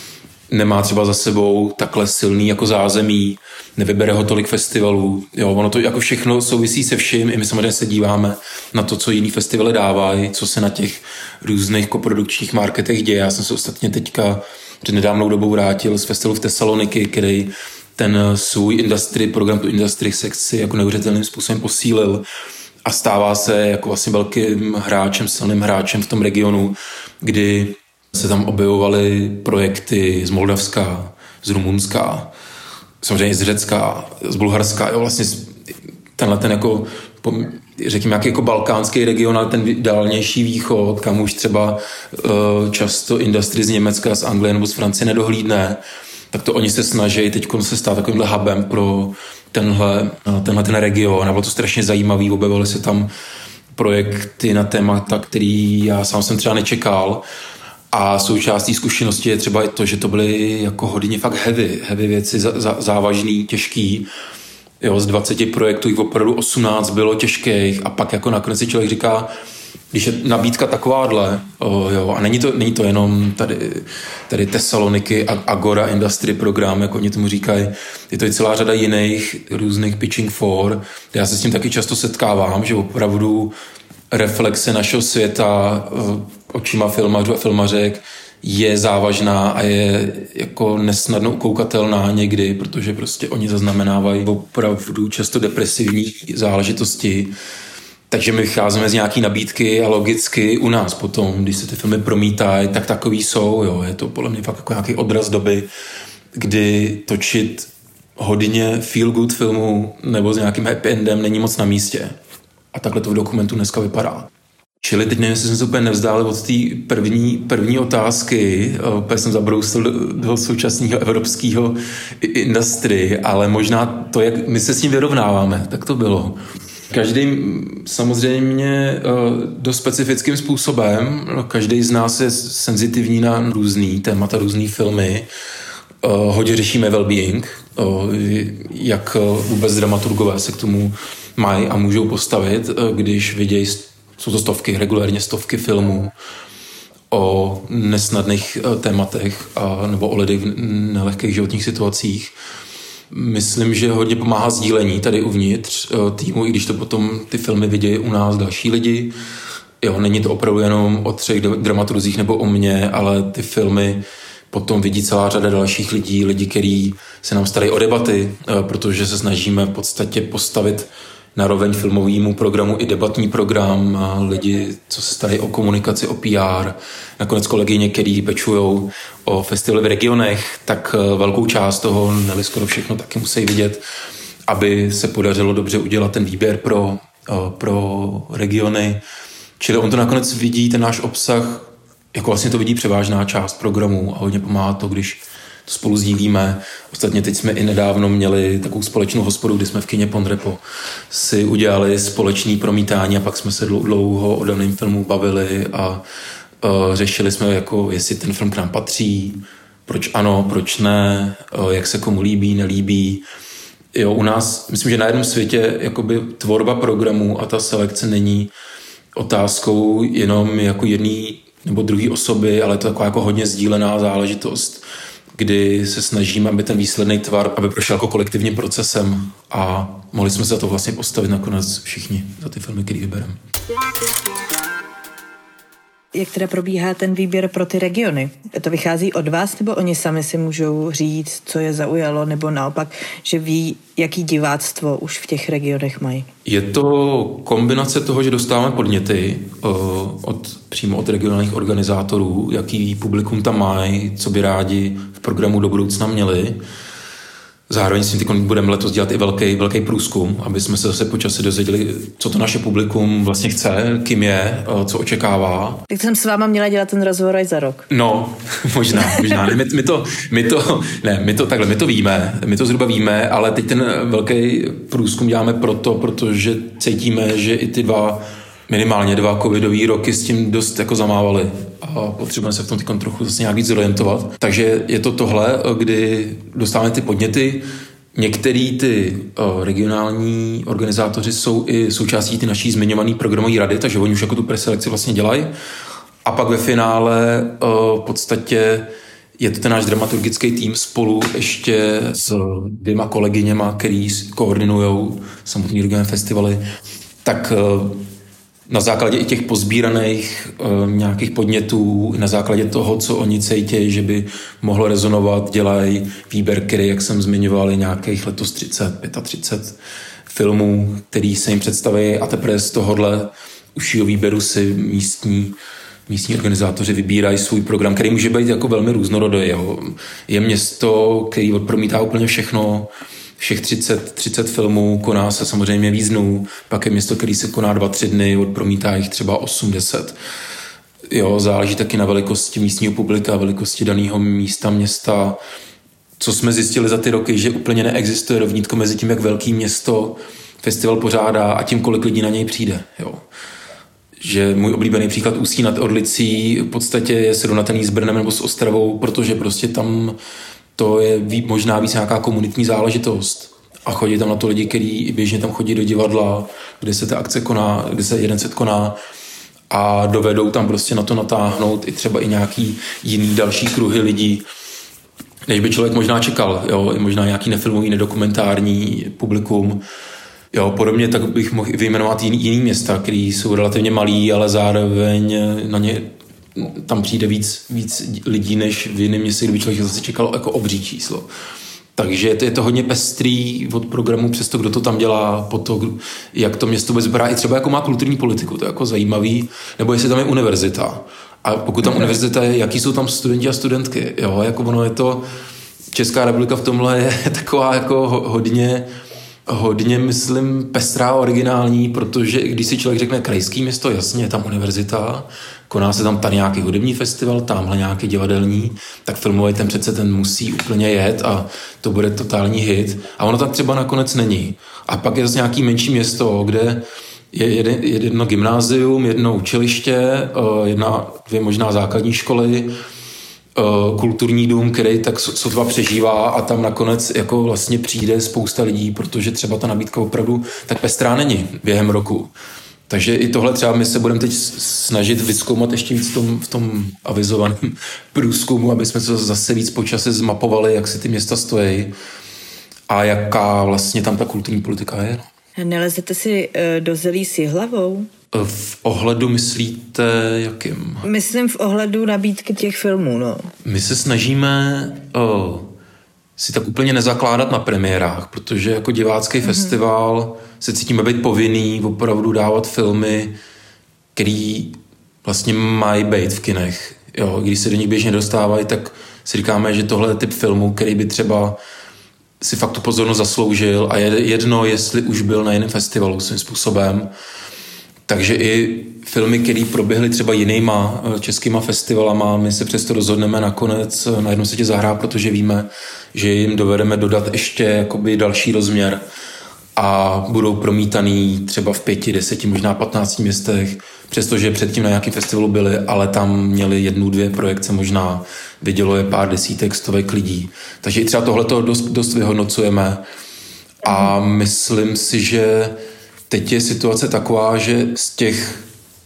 nemá třeba za sebou takhle silný jako zázemí, nevybere ho tolik festivalů. Jo, ono to jako všechno souvisí se vším, i my samozřejmě se díváme na to, co jiný festivaly dávají, co se na těch různých koprodukčních marketech děje. Já jsem se ostatně teďka před nedávnou dobou vrátil z festivalu v Tesaloniky, který ten svůj industry, program tu industry sekci jako neuvěřitelným způsobem posílil a stává se jako vlastně velkým hráčem, silným hráčem v tom regionu, kdy se tam objevovaly projekty z Moldavska, z Rumunska, samozřejmě z Řecka, z Bulharska, jo, vlastně tenhle ten jako, řekněme, nějaký jako balkánský region, ale ten dálnější východ, kam už třeba uh, často industry z Německa, z Anglie nebo z Francie nedohlídne, tak to oni se snaží teď se stát takovýmhle hubem pro tenhle, tenhle ten region. A bylo to strašně zajímavý, objevily se tam projekty na témata, který já sám jsem třeba nečekal. A součástí zkušenosti je třeba i to, že to byly jako hodně fakt heavy, heavy věci, zá, zá, závažný, těžký. Jo, z dvaceti projektů jich opravdu osmnáct bylo těžkých, a pak jako nakonec si člověk říká, když je nabídka takováhle, o, jo, a není to, není to jenom tady, tady Tesaloniky, Agora Industry program, jako oni tomu říkají, je to i celá řada jiných různých pitching for. Já se s tím taky často setkávám, že opravdu reflexe našeho světa očima filmařů a filmařek je závažná a je jako nesnadno ukoukatelná někdy, protože prostě oni zaznamenávají opravdu často depresivní záležitosti. Takže my vycházíme z nějaký nabídky a logicky u nás potom, když se ty filmy promítají, tak takový jsou. Jo. Je to podle mě fakt jako nějaký odraz doby, kdy točit hodně feel good filmů nebo s nějakým happy endem není moc na místě. A takhle to v dokumentu dneska vypadá. Čili teď nevím, jestli jsem se úplně nevzdálil od té první, první otázky, opět jsem zabrousil do, do současného evropského industry, ale možná to, jak my se s tím vyrovnáváme, tak to bylo. Každý samozřejmě dost specifickým způsobem, každý z nás je senzitivní na různý témata, různý filmy. Hodně řešíme well-being, jak vůbec dramaturgové se k tomu mají a můžou postavit, když vidějí, jsou to stovky, regulérně stovky filmů o nesnadných tématech a, nebo o lidech v nelehkých životních situacích. Myslím, že hodně pomáhá sdílení tady uvnitř týmu, i když to potom ty filmy vidějí u nás další lidi. Jo, není to opravdu jenom o třech dramaturgích nebo o mně, ale ty filmy potom vidí celá řada dalších lidí, lidi, kteří se nám starají o debaty, protože se snažíme v podstatě postavit na roveň filmovému programu i debatní program, lidi, co se starají o komunikaci, o P R, nakonec kolegyně, který pečujou o festivaly v regionech, tak velkou část toho, nebo skoro všechno, taky musí vidět, aby se podařilo dobře udělat ten výběr pro pro regiony. Čili on to nakonec vidí, ten náš obsah, jako vlastně to vidí převážná část programu a hodně pomáhá to, když to spolu sdílíme. Ostatně teď jsme i nedávno měli takovou společnou hospodu, kdy jsme v kině Ponrepo si udělali společný promítání a pak jsme se dlouho o daném filmu bavili a uh, řešili jsme, jako, jestli ten film k nám patří, proč ano, proč ne, uh, jak se komu líbí, nelíbí. Jo, u nás, myslím, že na jednom světě jakoby tvorba programů a ta selekce není otázkou jenom jako jedný nebo druhý osoby, ale to je taková jako hodně sdílená záležitost, kdy se snažíme, aby ten výsledný tvar, aby prošel jako kolektivním procesem a mohli jsme se za to vlastně postavit nakonec všichni za ty filmy, který vybereme. Jak teda probíhá ten výběr pro ty regiony? To vychází od vás, nebo oni sami si můžou říct, co je zaujalo, nebo naopak, že ví, jaký diváctvo už v těch regionech mají? Je to kombinace toho, že dostáváme podněty uh, od, přímo od regionálních organizátorů, jaký publikum tam mají, co by rádi v programu do budoucna měli. Zároveň si teď budeme letos dělat i velký, velký průzkum, aby jsme se zase po čase dozvěděli, co to naše publikum vlastně chce, kým je, co očekává. Tak jsem s váma měla dělat ten rozhovor až za rok. No, možná, možná. My, my, to, my, to, ne, my to takhle, my to víme, my to zhruba víme, ale teď ten velký průzkum děláme proto, protože cítíme, že i ty dva, minimálně dva covidový roky s tím dost jako zamávali. A potřebujeme se v tom teď trochu zase nějak víc zorientovat. Takže je to tohle, kdy dostáváme ty podněty. Některý ty uh, regionální organizátoři jsou i součástí ty naší zmiňované programové rady, takže oni už jako tu preselekci vlastně dělají. A pak ve finále uh, v podstatě je to ten náš dramaturgický tým spolu ještě s dvěma kolegyněma, který koordinujou samotný regionální festivaly, tak uh, na základě i těch pozbíraných e, nějakých podnětů, na základě toho, co oni cítějí, že by mohlo rezonovat, dělají výběrky, jak jsem zmiňoval, nějakých letos třicet, třicet pět filmů, který se jim představí a teprve z tohohle užšího výběru si místní, místní organizátoři vybírají svůj program, který může být jako velmi různorodý. Jo. Je město, který odpromítá úplně všechno, všech třicet, třicet filmů, koná se samozřejmě víc dnů, pak je město, který se koná dva, tři dny, odpromítá jich třeba osm deset. Jo, záleží taky na velikosti místního publika, velikosti daného místa, města. Co jsme zjistili za ty roky, že úplně neexistuje rovnítko mezi tím, jak velký město festival pořádá a tím, kolik lidí na něj přijde. Jo. Že můj oblíbený příklad Ústí nad Orlicí v podstatě je srovnatelný s Brnem nebo s Ostravou, protože prostě tam to je možná víc nějaká komunitní záležitost. A chodí tam na to lidi, kteří běžně tam chodí do divadla, kde se ta akce koná, kde se jeden set koná a dovedou tam prostě na to natáhnout i třeba i nějaký jiný další kruhy lidí, než by člověk možná čekal. Jo? I možná nějaký nefilmový, nedokumentární publikum. Jo, podobně tak bych mohl vyjmenovat jiný, jiný města, které jsou relativně malý, ale zároveň na ně tam přijde víc, víc lidí, než v jiném městě, kdyby člověk zase čekal jako obří číslo. Takže je to hodně pestrý od programu přes to, kdo to tam dělá, po to, jak to město vůbec vypadá, i třeba jako má kulturní politiku, to je jako zajímavý, nebo jestli tam je univerzita. A pokud tam univerzita je, jaký jsou tam studenti a studentky. Jo, jako ono je to, Česká republika v tomhle je taková jako hodně, hodně, myslím, pestrá, originální, protože když si člověk řekne krajský město, jasně, je tam univerzita, koná se tam tady nějaký hudební festival, tamhle nějaký divadelní, tak filmový ten přece ten musí úplně jet a to bude totální hit. A ono tak třeba nakonec není. A pak je zase nějaký menší město, kde je jedno gymnázium, jedno učiliště, jedna, dvě možná základní školy, kulturní dům, který tak sotva přežívá a tam nakonec jako vlastně přijde spousta lidí, protože třeba ta nabídka opravdu tak pestrá není během roku. Takže i tohle třeba my se budeme teď snažit vyzkoumat ještě víc v tom, v tom avizovaném průzkumu, aby jsme se zase víc po čase zmapovali, jak si ty města stojí a jaká vlastně tam ta kulturní politika je. Nelezete si do zelí s jihlavou? V ohledu myslíte jakým? Myslím v ohledu nabídky těch filmů, no. My se snažíme oh, si tak úplně nezakládat na premiérách, protože jako divácký mm-hmm. festival se cítíme být povinný opravdu dávat filmy, který vlastně mají být v kinech. Jo, když se do nich běžně dostávají, tak si říkáme, že tohle je typ filmu, který by třeba si fakt tu pozornost zasloužil a je jedno, jestli už byl na jiném festivalu svým způsobem. Takže i filmy, které proběhly třeba jinýma českýma festivalama, my se přesto rozhodneme nakonec na jednom světě zahrát, protože víme, že jim dovedeme dodat ještě jakoby další rozměr a budou promítaný třeba v pěti, deseti, možná patnácti městech, přestože předtím na nějakém festivalu byli, ale tam měli jednu, dvě projekce možná, vidělo je pár desítek, stovek lidí. Takže i třeba tohleto dost, dost vyhodnocujeme a myslím si, že teď je situace taková, že z těch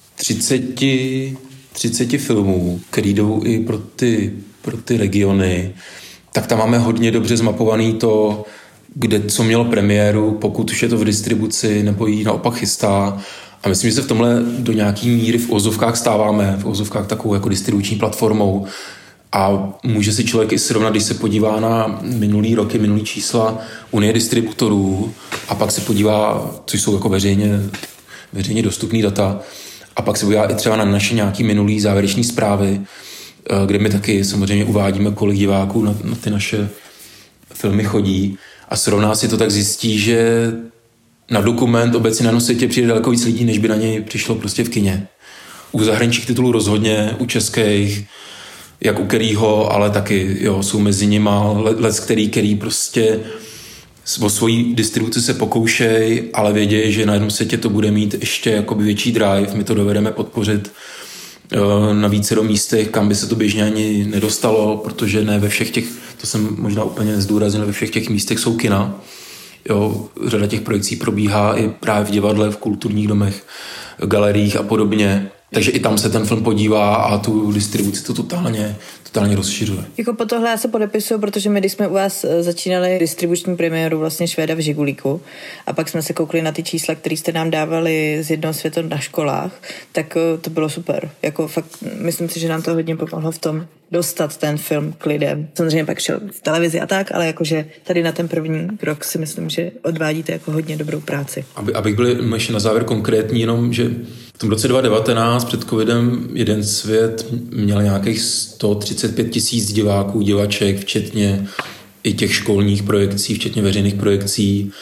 třiceti, třiceti filmů, který jdou i pro ty, pro ty regiony, tak tam máme hodně dobře zmapovaný to, kde co mělo premiéru, pokud už je to v distribuci, nebo ji naopak chystá. A myslím, že se v tomhle do nějaký míry v ozovkách stáváme, v ozovkách takovou jako distribuční platformou. A může si člověk i srovnat, když se podívá na minulý roky, minulý čísla Unie distributorů a pak se podívá, což jsou jako veřejně, veřejně dostupný data, a pak se podívá i třeba na naše nějaký minulý závěrečné zprávy, kde my taky samozřejmě uvádíme, kolik diváků na, na ty naše filmy chodí a srovná si to, tak zjistí, že na dokument obecně na světě přijde daleko víc lidí, než by na něj přišlo prostě v kině. U zahraničních titulů rozhodně, u českých, jak u kterýho, ale taky jo, jsou mezi nima lec, který, který prostě o svojí distribuci se pokoušej, ale vědějí, že na jednom světě to bude mít ještě jakoby větší drive, my to dovedeme podpořit na vícero místech, kam by se to běžně ani nedostalo, protože ne ve všech těch, to jsem možná úplně nezdůraznil, ve všech těch místech jsou kina. Jo, řada těch projekcí probíhá i právě v divadle, v kulturních domech, galeriích a podobně. Takže i tam se ten film podívá a tu distribuci to totálně, totálně rozšiřuje. Jako po tohle já se podepisuju, protože my, když jsme u vás začínali distribuční premiéru vlastně Švéda v Žigulíku a pak jsme se koukli na ty čísla, které jste nám dávali z jednoho světa na školách, tak to bylo super. Jako fakt, myslím si, že nám to hodně pomohlo v tom dostat ten film k lidem. Samozřejmě pak šel v televizi a tak, ale jakože tady na ten první krok si myslím, že odvádíte jako hodně dobrou práci. Aby, abych byl ještě na závěr konkrétní, jenom, že v tom roce dva tisíce devatenáct před covidem jeden svět měl nějakých sto třicet pět tisíc diváků, divaček, včetně i těch školních projekcí, včetně veřejných projekcí.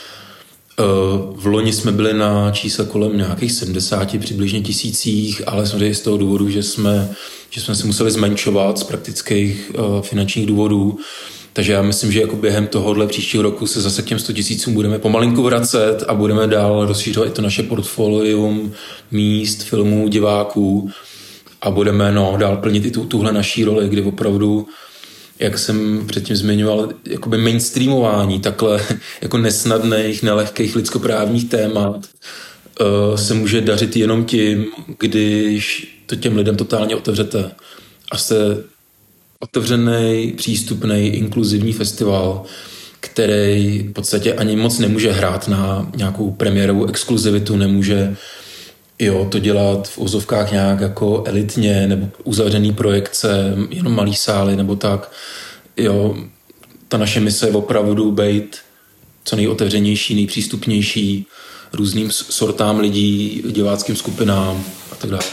V loni jsme byli na čísle kolem nějakých sedmdesáti přibližně tisících, ale samozřejmě z toho důvodu, že jsme, že jsme se museli zmenšovat z praktických uh, finančních důvodů. Takže já myslím, že jako během tohohle příštího roku se zase k těm sto tisícům budeme pomalinku vracet a budeme dál rozšířovat i to naše portfolium míst, filmů, diváků a budeme no, dál plnit i tu, tuhle naší roli, kdy opravdu, jak jsem předtím zmiňoval, jakoby mainstreamování takhle jako nesnadných, nelehkých lidskoprávních témat uh, se může dařit jenom tím, když to těm lidem totálně otevřete a jste otevřený, přístupný, inkluzivní festival, který v podstatě ani moc nemůže hrát na nějakou premiérovou exkluzivitu, nemůže jo, to dělat v ozovkách nějak jako elitně nebo uzavřený projekce, jenom malý sály nebo tak. Jo, ta naše mise je opravdu být co nejotevřenější, nejpřístupnější různým sortám lidí, diváckým skupinám a tak dále.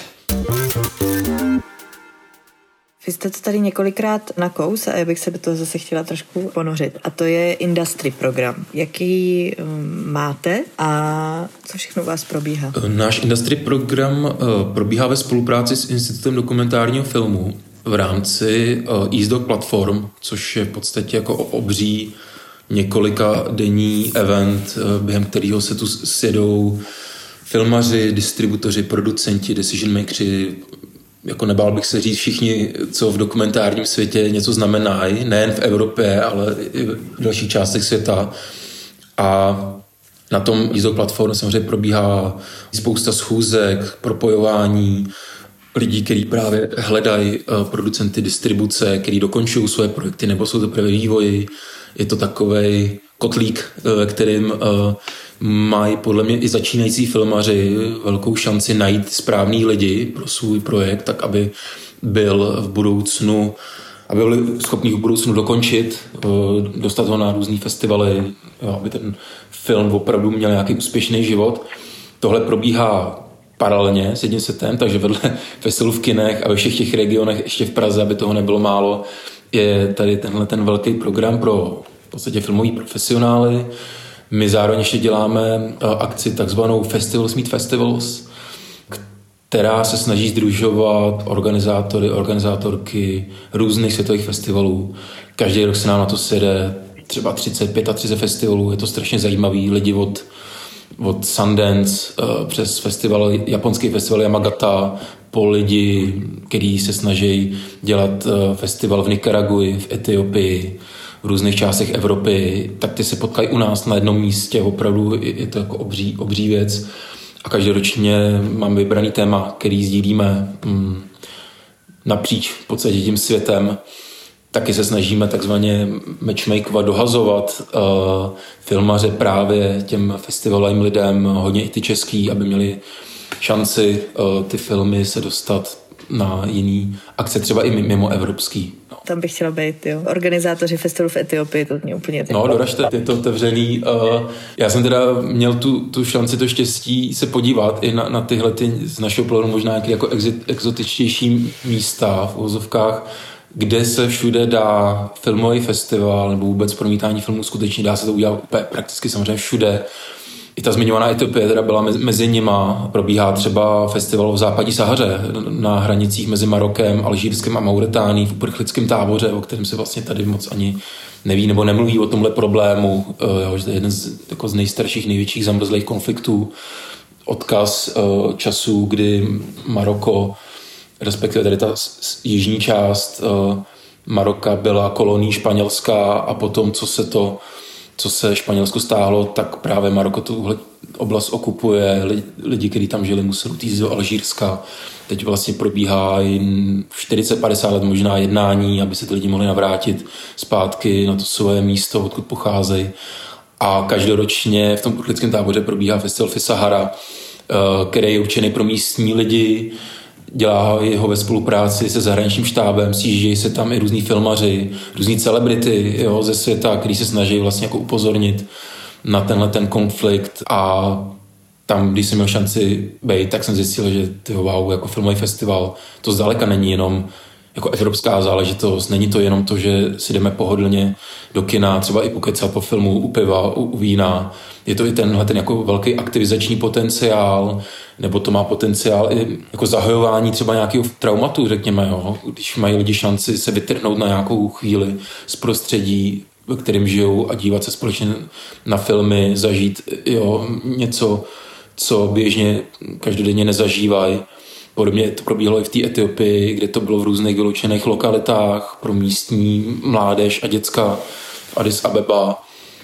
Vy jste to tady několikrát nakous a já bych se do toho zase chtěla trošku ponořit. A to je industry program. Jaký um, máte a co všechno u vás probíhá? Náš industry program uh, probíhá ve spolupráci s Institutem dokumentárního filmu v rámci uh, Eastdoc Platform, což je v podstatě jako obří několika denní event, uh, během kterého se tu sjedou filmaři, distributoři, producenti, decision makeri, jako nebál bych se říct všichni, co v dokumentárním světě něco znamenají, nejen v Evropě, ale i v dalších částech světa. A na tom Eastdoc Platform samozřejmě probíhá spousta schůzek, propojování lidí, kteří právě hledají producenty distribuce, kteří dokončují své projekty nebo jsou teprve vývoji. Je to takovej kotlík, ve kterým mají podle mě i začínající filmaři velkou šanci najít správný lidi pro svůj projekt, tak aby byl v budoucnu, aby byli schopni v budoucnu dokončit, dostat ho na různý festivaly, aby ten film opravdu měl nějaký úspěšný život. Tohle probíhá paralelně s jedním setem, takže vedle festivalů v kinech a ve všech těch regionech, ještě v Praze, aby toho nebylo málo, je tady tenhle ten velký program pro podstatě filmoví profesionály. My zároveň ještě děláme akci takzvanou Festivals Meet Festivals, která se snaží sdružovat organizátory, organizátorky různých světových festivalů. Každý rok se nám na to sjede třeba třicet pět a třicet festivalů. Je to strašně zajímavý. Lidi od, od Sundance uh, přes festival, japonský festival Yamagata, po lidi, kteří se snaží dělat uh, festival v Nikaraguji, v Etiopii, v různých částech Evropy, tak ty se potkají u nás na jednom místě. Opravdu je to jako obří, obří věc. A každoročně mám vybraný téma, který sdílíme mm, napříč v podstatě tím světem. Taky se snažíme takzvaně matchmakovat, dohazovat uh, filmaře právě těm festivalovým lidem, hodně i ty český, aby měli šanci uh, ty filmy se dostat na jiný akce, třeba i mimo evropský. No. Tam bych chtěla být, jo. Organizátoři festivalu v Etiopii, to mě úplně teď. No, doražte, je to otevřený. Uh, já jsem teda měl tu, tu šanci, to štěstí se podívat i na, na tyhle ty z našeho pohledu možná nějaké jako exotičtější místa v uvozovkách, kde se všude dá filmový festival nebo vůbec promítání filmů skutečně dá se to udělat úplně prakticky samozřejmě všude. I ta zmiňovaná Etiopie teda byla mezi nima. Probíhá třeba festival v západní Sahaře na hranicích mezi Marokem, Alžírskem a Mauritánií v uprchlickém táboře, o kterém se vlastně tady moc ani neví nebo nemluví o tomhle problému. Jo, že to je jeden z, jako z nejstarších, největších zamrzlých konfliktů. Odkaz časů, kdy Maroko, respektive tady ta jižní část Maroka byla kolonií Španělska a potom, co se to co se Španělsku stáhlo, tak právě Maroko tuhle oblast okupuje. Lidi, kteří tam žili, museli utíct do Alžírska. Teď vlastně probíhá čtyřicet padesát let možná jednání, aby se ty lidi mohli navrátit zpátky na to své místo, odkud pocházejí. A každoročně v tom uprchlickém táboře probíhá festival Fisahara, který je určený pro místní lidi, dělá jeho ve spolupráci se zahraničním štábem, sjíždějí se tam i různí filmaři, různí celebrity, jo, ze světa, který se snaží vlastně jako upozornit na tenhle ten konflikt. A tam, když jsem měl šanci být, tak jsem zjistil, že tyho, wow, jako filmový festival, to zdaleka není jenom jako evropská záležitost, není to jenom to, že si jdeme pohodlně do kina, třeba i pokecat po filmu, u piva, u, u vína. Je to i tenhle ten jako velký aktivizační potenciál, nebo to má potenciál i jako zahajování třeba nějakého traumatu, řekněme, jo? Když mají lidi šanci se vytrhnout na nějakou chvíli z prostředí, ve kterém žijou a dívat se společně na filmy, zažít jo, něco, co běžně každodenně nezažívají. Podobně to probíhalo i v té Etiopii, kde to bylo v různých vyloučených lokalitách pro místní mládež a děcka v Addis Abeba.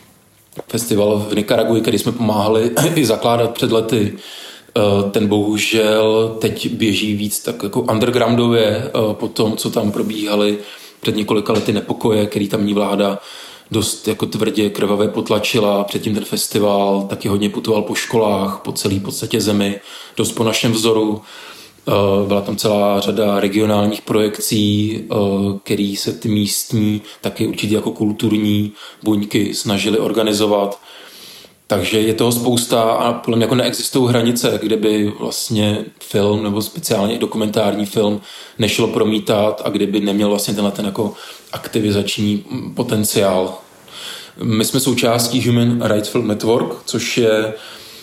Festival v Nikaraguji, který jsme pomáhali i zakládat před lety. Ten bohužel teď běží víc tak jako undergroundově po tom, co tam probíhaly před několika lety nepokoje, který tamní vláda dost jako tvrdě krvavě potlačila. Předtím ten festival taky hodně putoval po školách, po celé podstatě zemi, dost po našem vzoru. Byla tam celá řada regionálních projekcí, který se ty místní, taky určitě jako kulturní buňky snažili organizovat. Takže je toho spousta a podle mě jako neexistují hranice, kde by vlastně film nebo speciálně dokumentární film nešlo promítat a kde by neměl vlastně tenhle ten jako aktivizační potenciál. My jsme součástí Human Rights Film Network, což je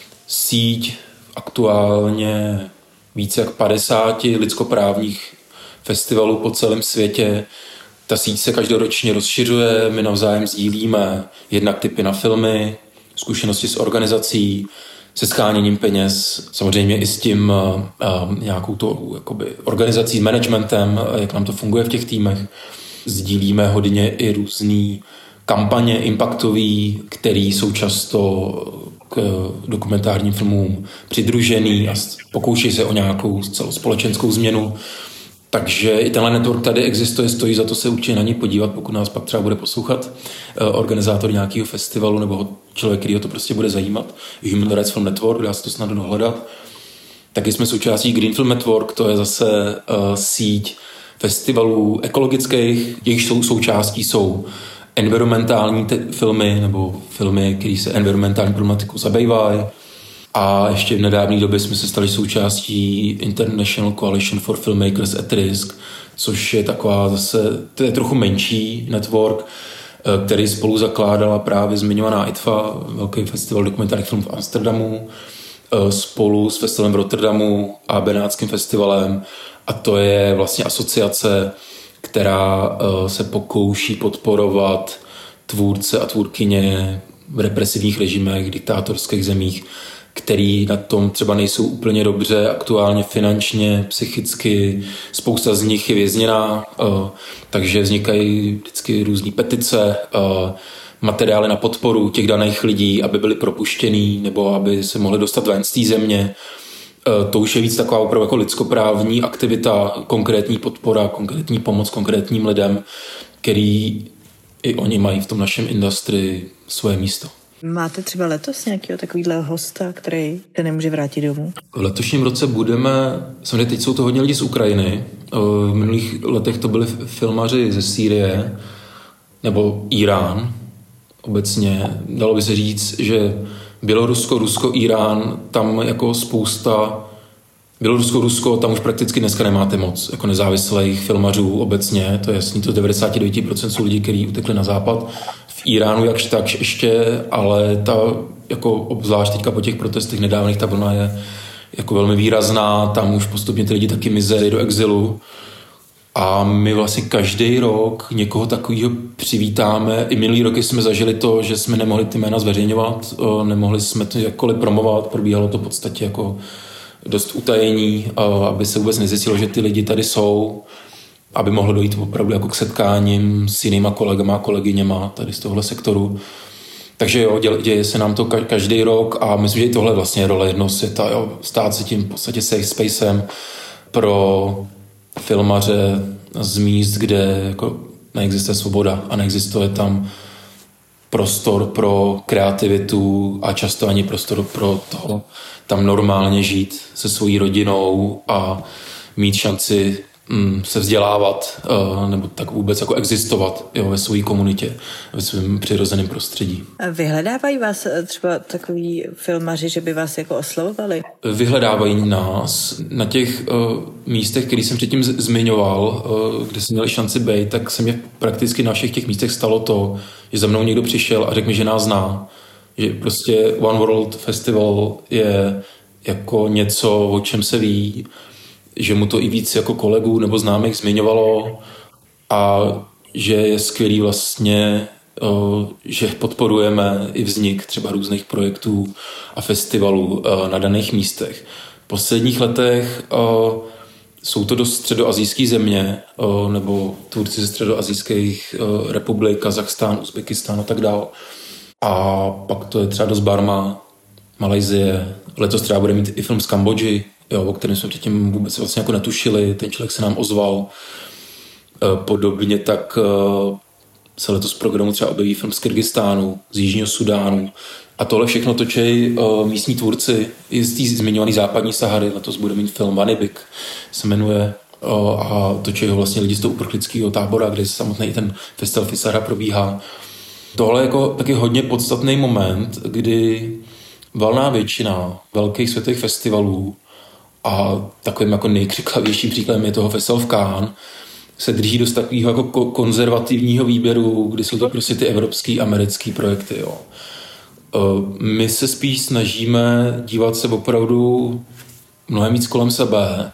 síť aktuálně více jak padesáti lidskoprávních festivalů po celém světě. Ta síť se každoročně rozšiřuje, my navzájem sdílíme jednak tipy na filmy, zkušenosti s organizací, se sháněním peněz, samozřejmě i s tím uh, nějakou to, jakoby, organizací, managementem, jak nám to funguje v těch týmech. Sdílíme hodně i různý kampaně impactový, které jsou často k dokumentárním filmům přidružený a pokouší se o nějakou celospolečenskou změnu. Takže i tenhle network tady existuje, stojí za to se určitě na ní podívat, pokud nás pak třeba bude poslouchat organizátor nějakého festivalu nebo člověk, který ho to prostě bude zajímat. Human Rights Film Network, dá se to snadno dohledat. Taky jsme součástí Green Film Network, to je zase uh, síť festivalů ekologických, jejichž sou, součástí jsou environmentální te- filmy nebo filmy, které se environmentální problematikou zabývají. A ještě v nedávné době jsme se stali součástí International Coalition for Filmmakers at Risk, což je taková zase, to je trochu menší network, který spolu zakládala právě zmiňovaná I T F A, velký festival dokumentárních filmů v Amsterdamu, spolu s festivalem v Rotterdamu a Benátským festivalem. A to je vlastně asociace, která se pokouší podporovat tvůrce a tvůrkyně v represivních režimech, diktátorských zemích, který na tom třeba nejsou úplně dobře, aktuálně finančně, psychicky, spousta z nich je vězněná, takže vznikají vždycky různý petice, materiály na podporu těch daných lidí, aby byli propuštění nebo aby se mohli dostat ven z té země. To už je víc taková opravdu jako lidskoprávní aktivita, konkrétní podpora, konkrétní pomoc konkrétním lidem, který i oni mají v tom našem industrii svoje místo. Máte třeba letos nějakého takovýhle hosta, který se nemůže vrátit domů? V letošním roce budeme, samozřejmě teď jsou to hodně lidi z Ukrajiny, v minulých letech to byli filmaři ze Sýrie nebo Irán. Obecně dalo by se říct, že Bělorusko, Rusko, Irán, tam jako spousta, Bělorusko, Rusko, tam už prakticky dneska nemáte moc jako nezávislých filmařů obecně, to je jasný, to devadesát devět procent jsou lidi, kteří utekli na západ. V Iránu jakž tak ještě, ale ta jako obzvlášť teďka po těch protestech nedávných ta vlna je jako velmi výrazná, tam už postupně ty lidi taky mizeli do exilu. A my vlastně každý rok někoho takového přivítáme. I minulý roky jsme zažili to, že jsme nemohli ty jména zveřejňovat, nemohli jsme to jakkoliv promovat, probíhalo to v podstatě jako dost utajení, aby se vůbec nezjistilo, že ty lidi tady jsou, aby mohlo dojít opravdu jako k setkáním s jinýma kolegama a kolegyněma tady z tohle sektoru. Takže jo, děje se nám to každý rok a myslím, že i tohle vlastně je role jednoho světa, jo, stát se tím v podstatě safe spacem pro filmaře z míst, kde jako neexistuje svoboda a neexistuje tam prostor pro kreativitu a často ani prostor pro to tam normálně žít se svojí rodinou a mít šanci mm, se vzdělávat uh, nebo tak vůbec jako existovat jo, ve své komunitě, ve svém přirozeném prostředí. A vyhledávají vás třeba takový filmaři, že by vás jako oslovovali? Vyhledávají nás na těch uh, místech, které jsem předtím z- zmiňoval, uh, kde jsme měli šanci být, tak se mě prakticky na všech těch místech stalo to, že za mnou někdo přišel a řekl mi, že nás zná. Že prostě One World Festival je jako něco, o čem se ví, že mu to i víc jako kolegů nebo známých zmiňovalo a že je skvělý vlastně, že podporujeme i vznik třeba různých projektů a festivalů na daných místech. V posledních letech jsou to dost středoasijské země nebo tvůrci ze středoasijských republik, Kazachstán, Uzbekistán a tak dále. A pak to je třeba dost Barma, Malajsie. Letos třeba bude mít i film z Kambodži, jo, o kterém jsme předtím vůbec vlastně jako netušili. Ten člověk se nám ozval. Podobně tak se letos v programu třeba objeví film z Kyrgyzstánu, z Jižního Sudánu. A tohle všechno točí místní tvůrci i z té zmiňované západní Sahary. Letos bude mít film Vanibik, se jmenuje, a točí ho vlastně lidi z toho uprchlického tábora, kde samotný i ten festival Fisara probíhá. Tohle je jako taky hodně podstatný moment, kdy valná většina velkých světových festivalů a takovým jako nejkřiklavějším příkladem je toho festival v Cannes, se drží dost takového jako konzervativního výběru, kdy jsou to prostě ty evropský, americký projekty. Jo. My se spíš snažíme dívat se opravdu mnohem víc kolem sebe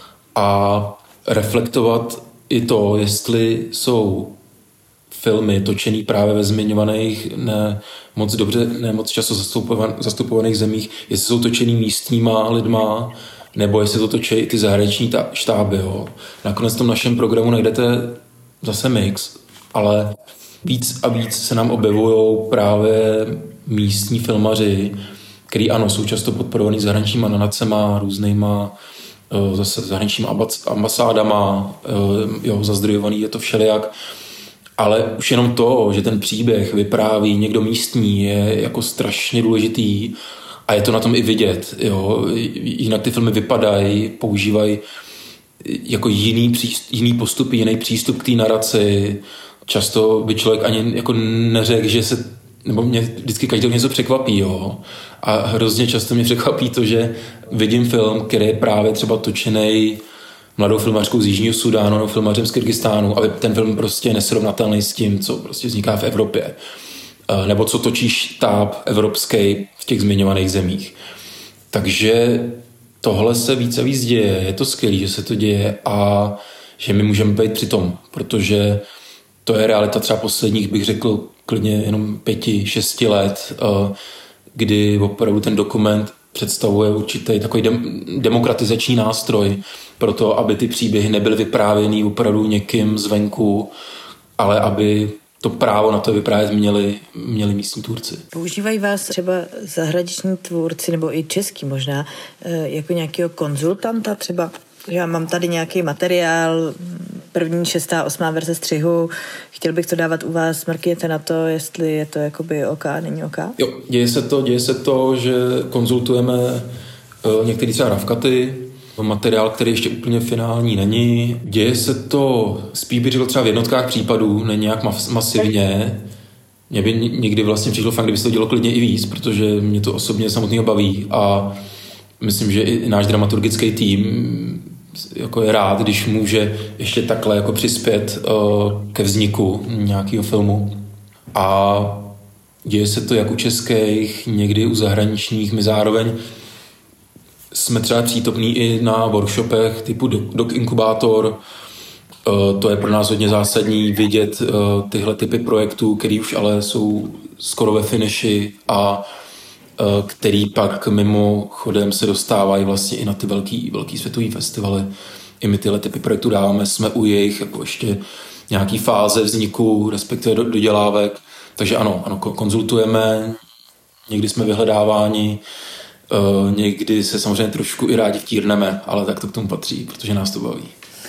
a reflektovat i to, jestli jsou filmy točený právě ve zmiňovaných ne moc dobře, ne moc často zastupovan, zastupovaných zemích, jestli jsou točený místníma lidma, nebo jestli to točí i ty zahraniční ta, štáby. Jo. Nakonec v tom našem programu najdete zase mix, ale víc a víc se nám objevují právě místní filmaři, který ano, jsou často podporovaný zahraničníma nanacema, různýma zase zahraničníma ambasádama, jo, zazdrojovaný je to všelijak. Ale už jenom to, že ten příběh vypráví někdo místní, je jako strašně důležitý a je to na tom i vidět. Jo. Jinak ty filmy vypadají, používají jako jiný, přístup, jiný postupy, jiný přístup k té naraci. Často by člověk ani jako neřekl, že se, nebo mě vždycky každý něco překvapí. Jo. A hrozně často mě překvapí to, že vidím film, který je právě třeba točený mladou filmařkou z Jižního Sudánu nebo filmařem z Kyrgyzstánu, aby ten film prostě je nesrovnatelný s tím, co prostě vzniká v Evropě. Nebo co točí štáb evropský v těch zmiňovaných zemích. Takže tohle se víc a víc děje. Je to skvělé, že se to děje a že my můžeme být při tom, protože to je realita třeba posledních, bych řekl, klidně jenom pěti, šesti let, kdy opravdu ten dokument představuje určitý takový dem- demokratizační nástroj pro to, aby ty příběhy nebyly vyprávěný opravdu někým zvenku, ale aby to právo na to vyprávět měli, měli místní tvůrci. Používají vás třeba zahraniční tvůrci, nebo i český možná, jako nějakého konzultanta třeba? Já mám tady nějaký materiál, první, šestá, osmá verze střihu, chtěl bych to dávat u vás, mrkněte na to, jestli je to jakoby OK, není OK? Jo, děje se to, děje se to, že konzultujeme uh, některý třeba ravkaty, materiál, který ještě úplně finální není. Děje se to, spíš bych řekl třeba v jednotkách případů, ne nějak mas- masivně. Mě by někdy vlastně přišlo fakt, kdyby se to dělo klidně i víc, protože mě to osobně samotného baví a myslím, že i náš dramaturgický tým jako je rád, když může ještě takhle jako přispět uh, ke vzniku nějakého filmu. A děje se to jak u českých, někdy u zahraničních. My zároveň jsme třeba přítomní i na workshopech typu Doc Inkubátor. Uh, to je pro nás hodně zásadní vidět uh, tyhle typy projektů, které už ale jsou skoro ve finiši a který pak mimochodem se dostávají vlastně i na ty velký, velký světový festivaly. I my tyhle typy projektů dáváme, jsme u jejich jako ještě nějaký fáze vzniku, respektive do, dodělávek. Takže ano, ano, konzultujeme, někdy jsme vyhledáváni, uh, někdy se samozřejmě trošku i rádi vtírneme, ale tak to k tomu patří, protože nás to baví.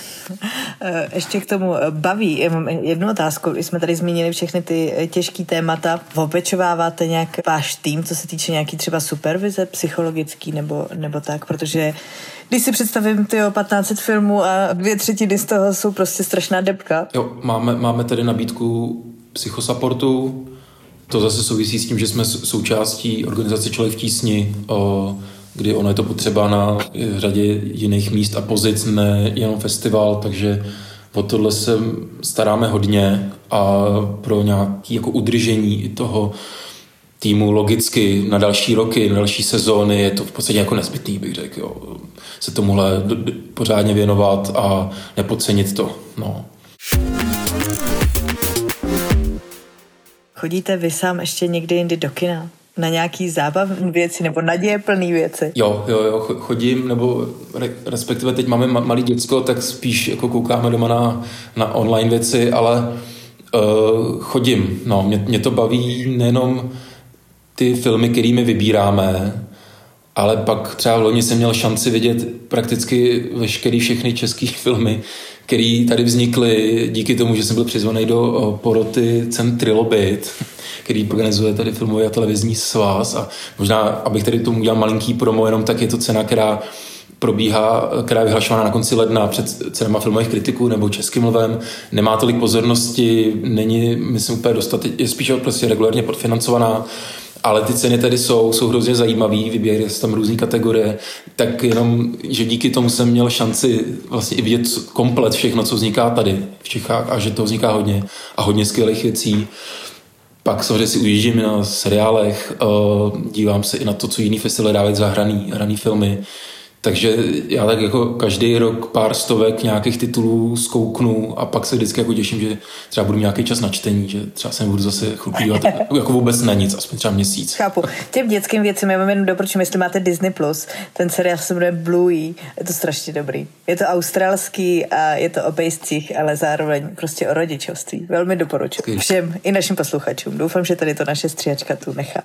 Ještě k tomu baví. Já mám jednu otázku. My jsme tady zmínili všechny ty těžké témata. Opečováváte nějak váš tým, co se týče nějaký třeba supervize psychologický nebo, nebo tak? Protože když si představím tyjo patnáct set filmů a dvě třetiny z toho jsou prostě strašná debka. Jo, máme, máme tady nabídku psychosupportu. To zase souvisí s tím, že jsme součástí organizace Člověk v tísni, o, kdy ono je to potřeba na řadě jiných míst a pozic, ne jenom festival, takže o tohle se staráme hodně a pro nějaké jako udržení toho týmu logicky na další roky, na další sezóny je to v podstatě jako nezbytný, bych řekl, jo. Se tomuhle pořádně věnovat a nepodcenit to, no. Chodíte vy sám ještě někdy jindy do kina? Na nějaký zábavné věci nebo nadějeplné věci? Jo, jo, jo, chodím, nebo respektive teď máme malý děcko, tak spíš jako koukáme doma na, na online věci, ale uh, chodím. No, mě, mě to baví nejenom ty filmy, kterými vybíráme, ale pak třeba v loni jsem měl šanci vidět prakticky veškerý všechny český filmy, který tady vznikly díky tomu, že jsem byl přizvaný do poroty Cen Trilobit, který organizuje tady filmový a televizní svaz a možná, abych tady tomu udělal malinký promo, jenom tak je to cena, která probíhá, která je vyhlašována na konci ledna před cenama filmových kritiků nebo Českým lvem, nemá tolik pozornosti, není, myslím, úplně dostat, je spíš prostě regulárně podfinancovaná, ale ty ceny tady jsou, jsou hrozně zajímavý, vybírají se tam různý kategorie, tak jenom, že díky tomu jsem měl šanci vlastně i vidět komplet všechno, co vzniká tady v Čechách a že to vzniká hodně a hodně skvělých věcí. Pak samozřejmě si ujíždím na seriálech, dívám se i na to, co jiný festivaly dávají za hraný, hraný filmy. Takže já tak jako každý rok pár stovek nějakých titulů zkouknu a pak se vždycky jako těším, že třeba budu nějaký čas na čtení, že třeba se nebudu zase chvilku dívat jako vůbec na nic, aspoň třeba měsíc. Chápu. Těm dětským věcem já vám jenom doporučím, jestli máte Disney plus, ten seriál se jmenuje Bluey, je to strašně dobrý. Je to australský a je to o pejscích, ale zároveň prostě o rodičovství. Velmi doporučuji. Všem i našim posluchačům. Doufám, že tady to naše stříhačka tu nechá.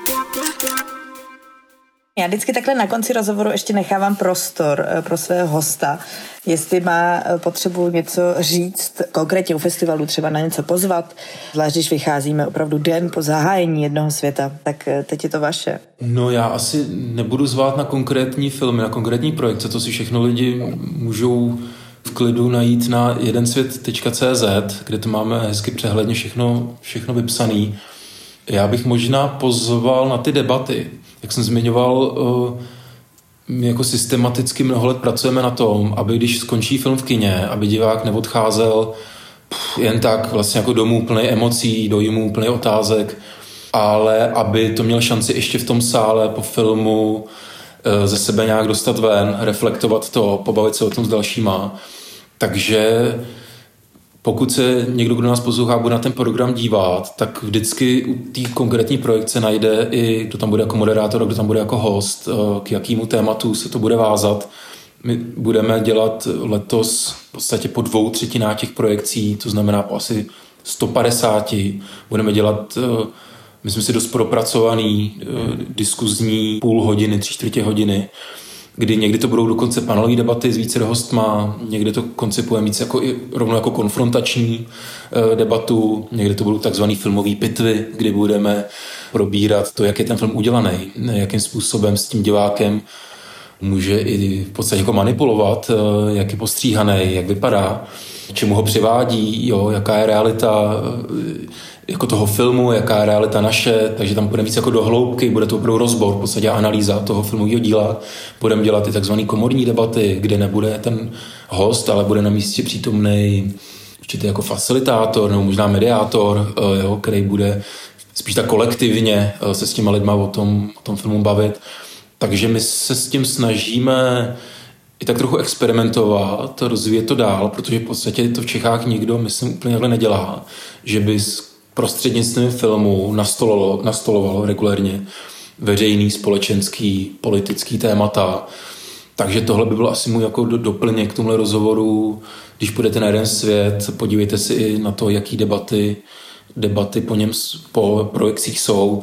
Já vždycky takhle na konci rozhovoru ještě nechávám prostor pro svého hosta, jestli má potřebu něco říct, konkrétně u festivalu třeba na něco pozvat, zvlášť když vycházíme opravdu den po zahájení jednoho světa, tak teď je to vaše. No já asi nebudu zvát na konkrétní filmy, na konkrétní projekce, to si všechno lidi můžou v klidu najít na jedensvět tečka cé zet, kde to máme hezky přehledně všechno, všechno vypsaný. Já bych možná pozval na ty debaty. Jak jsem zmiňoval, my jako systematicky mnoho let pracujeme na tom, aby když skončí film v kině, aby divák neodcházel pff, jen tak vlastně jako domů plný emocí, dojmů, plný otázek, ale aby to měl šanci ještě v tom sále po filmu ze sebe nějak dostat ven, reflektovat to, pobavit se o tom s dalšíma. Takže pokud se někdo, kdo nás poslouchá, bude na ten program dívat, tak vždycky u té konkrétní projekce najde i, kdo tam bude jako moderátor, kdo tam bude jako host, k jakému tématu se to bude vázat. My budeme dělat letos v podstatě po dvou třetinách těch projekcí, to znamená po asi sto padesáti. Budeme dělat, myslím si, dost propracovaný diskuzní půl hodiny, tři čtvrtě hodiny, kdy někdy to budou dokonce panelové debaty s více hostma, někdy to koncipujeme víc jako i rovnou jako konfrontační e, debatu, někdy to budou takzvaný filmový pitvy, kdy budeme probírat to, jak je ten film udělaný, jakým způsobem s tím divákem může i v podstatě jako manipulovat, e, jak je postříhaný, jak vypadá, čemu ho přivádí, jo, jaká je realita e, jako toho filmu, jaká je realita naše, takže tam budeme víc jako do hloubky, bude to opravdu rozbor, v podstatě analýza toho filmového díla. Budeme dělat i takzvané komorní debaty, kde nebude ten host, ale bude na místě přítomnej určitě jako facilitátor nebo možná mediátor, jo, který bude spíš tak kolektivně se s těma lidma o tom, o tom filmu bavit. Takže my se s tím snažíme i tak trochu experimentovat, rozvíjet to dál, protože v podstatě to v Čechách nikdo, myslím, úplně takhle nedělá, že by prostřednictvím filmu nastolovalo, nastolovalo regulérně veřejný, společenský, politický témata. Takže tohle by bylo asi můj jako doplněk k tomhle rozhovoru. Když půjdete na jeden svět, podívejte si i na to, jaký debaty, debaty po něm po projekcích jsou.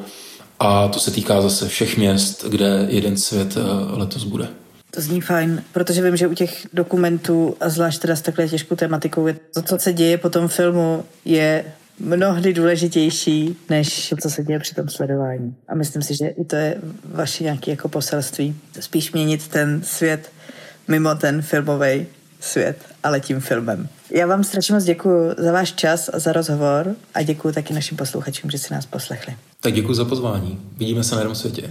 A to se týká zase všech měst, kde jeden svět letos bude. To zní fajn, protože vím, že u těch dokumentů, a zvlášť teda s takhle těžkou tematikou, je to, co se děje po tom filmu, je mnohdy důležitější, než to, co se děje při tom sledování. A myslím si, že i to je vaše nějaké jako poselství. Spíš měnit ten svět mimo ten filmový svět, ale tím filmem. Já vám strašně moc děkuju za váš čas a za rozhovor a děkuju taky našim posluchačům, že si nás poslechli. Tak děkuju za pozvání. Vidíme se na jednom světě.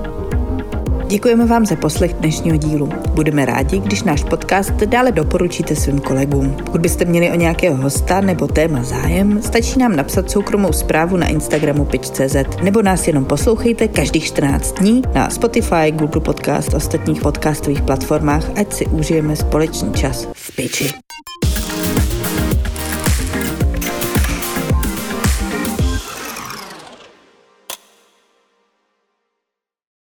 Děkujeme vám za poslech dnešního dílu. Budeme rádi, když náš podcast dále doporučíte svým kolegům. Pokud byste měli o nějakého hosta nebo téma zájem, stačí nám napsat soukromou zprávu na Instagramu pitch tečka cé zet nebo nás jenom poslouchejte každých čtrnáct dní na Spotify, Google Podcast a ostatních podcastových platformách, ať si užijeme společný čas v piči.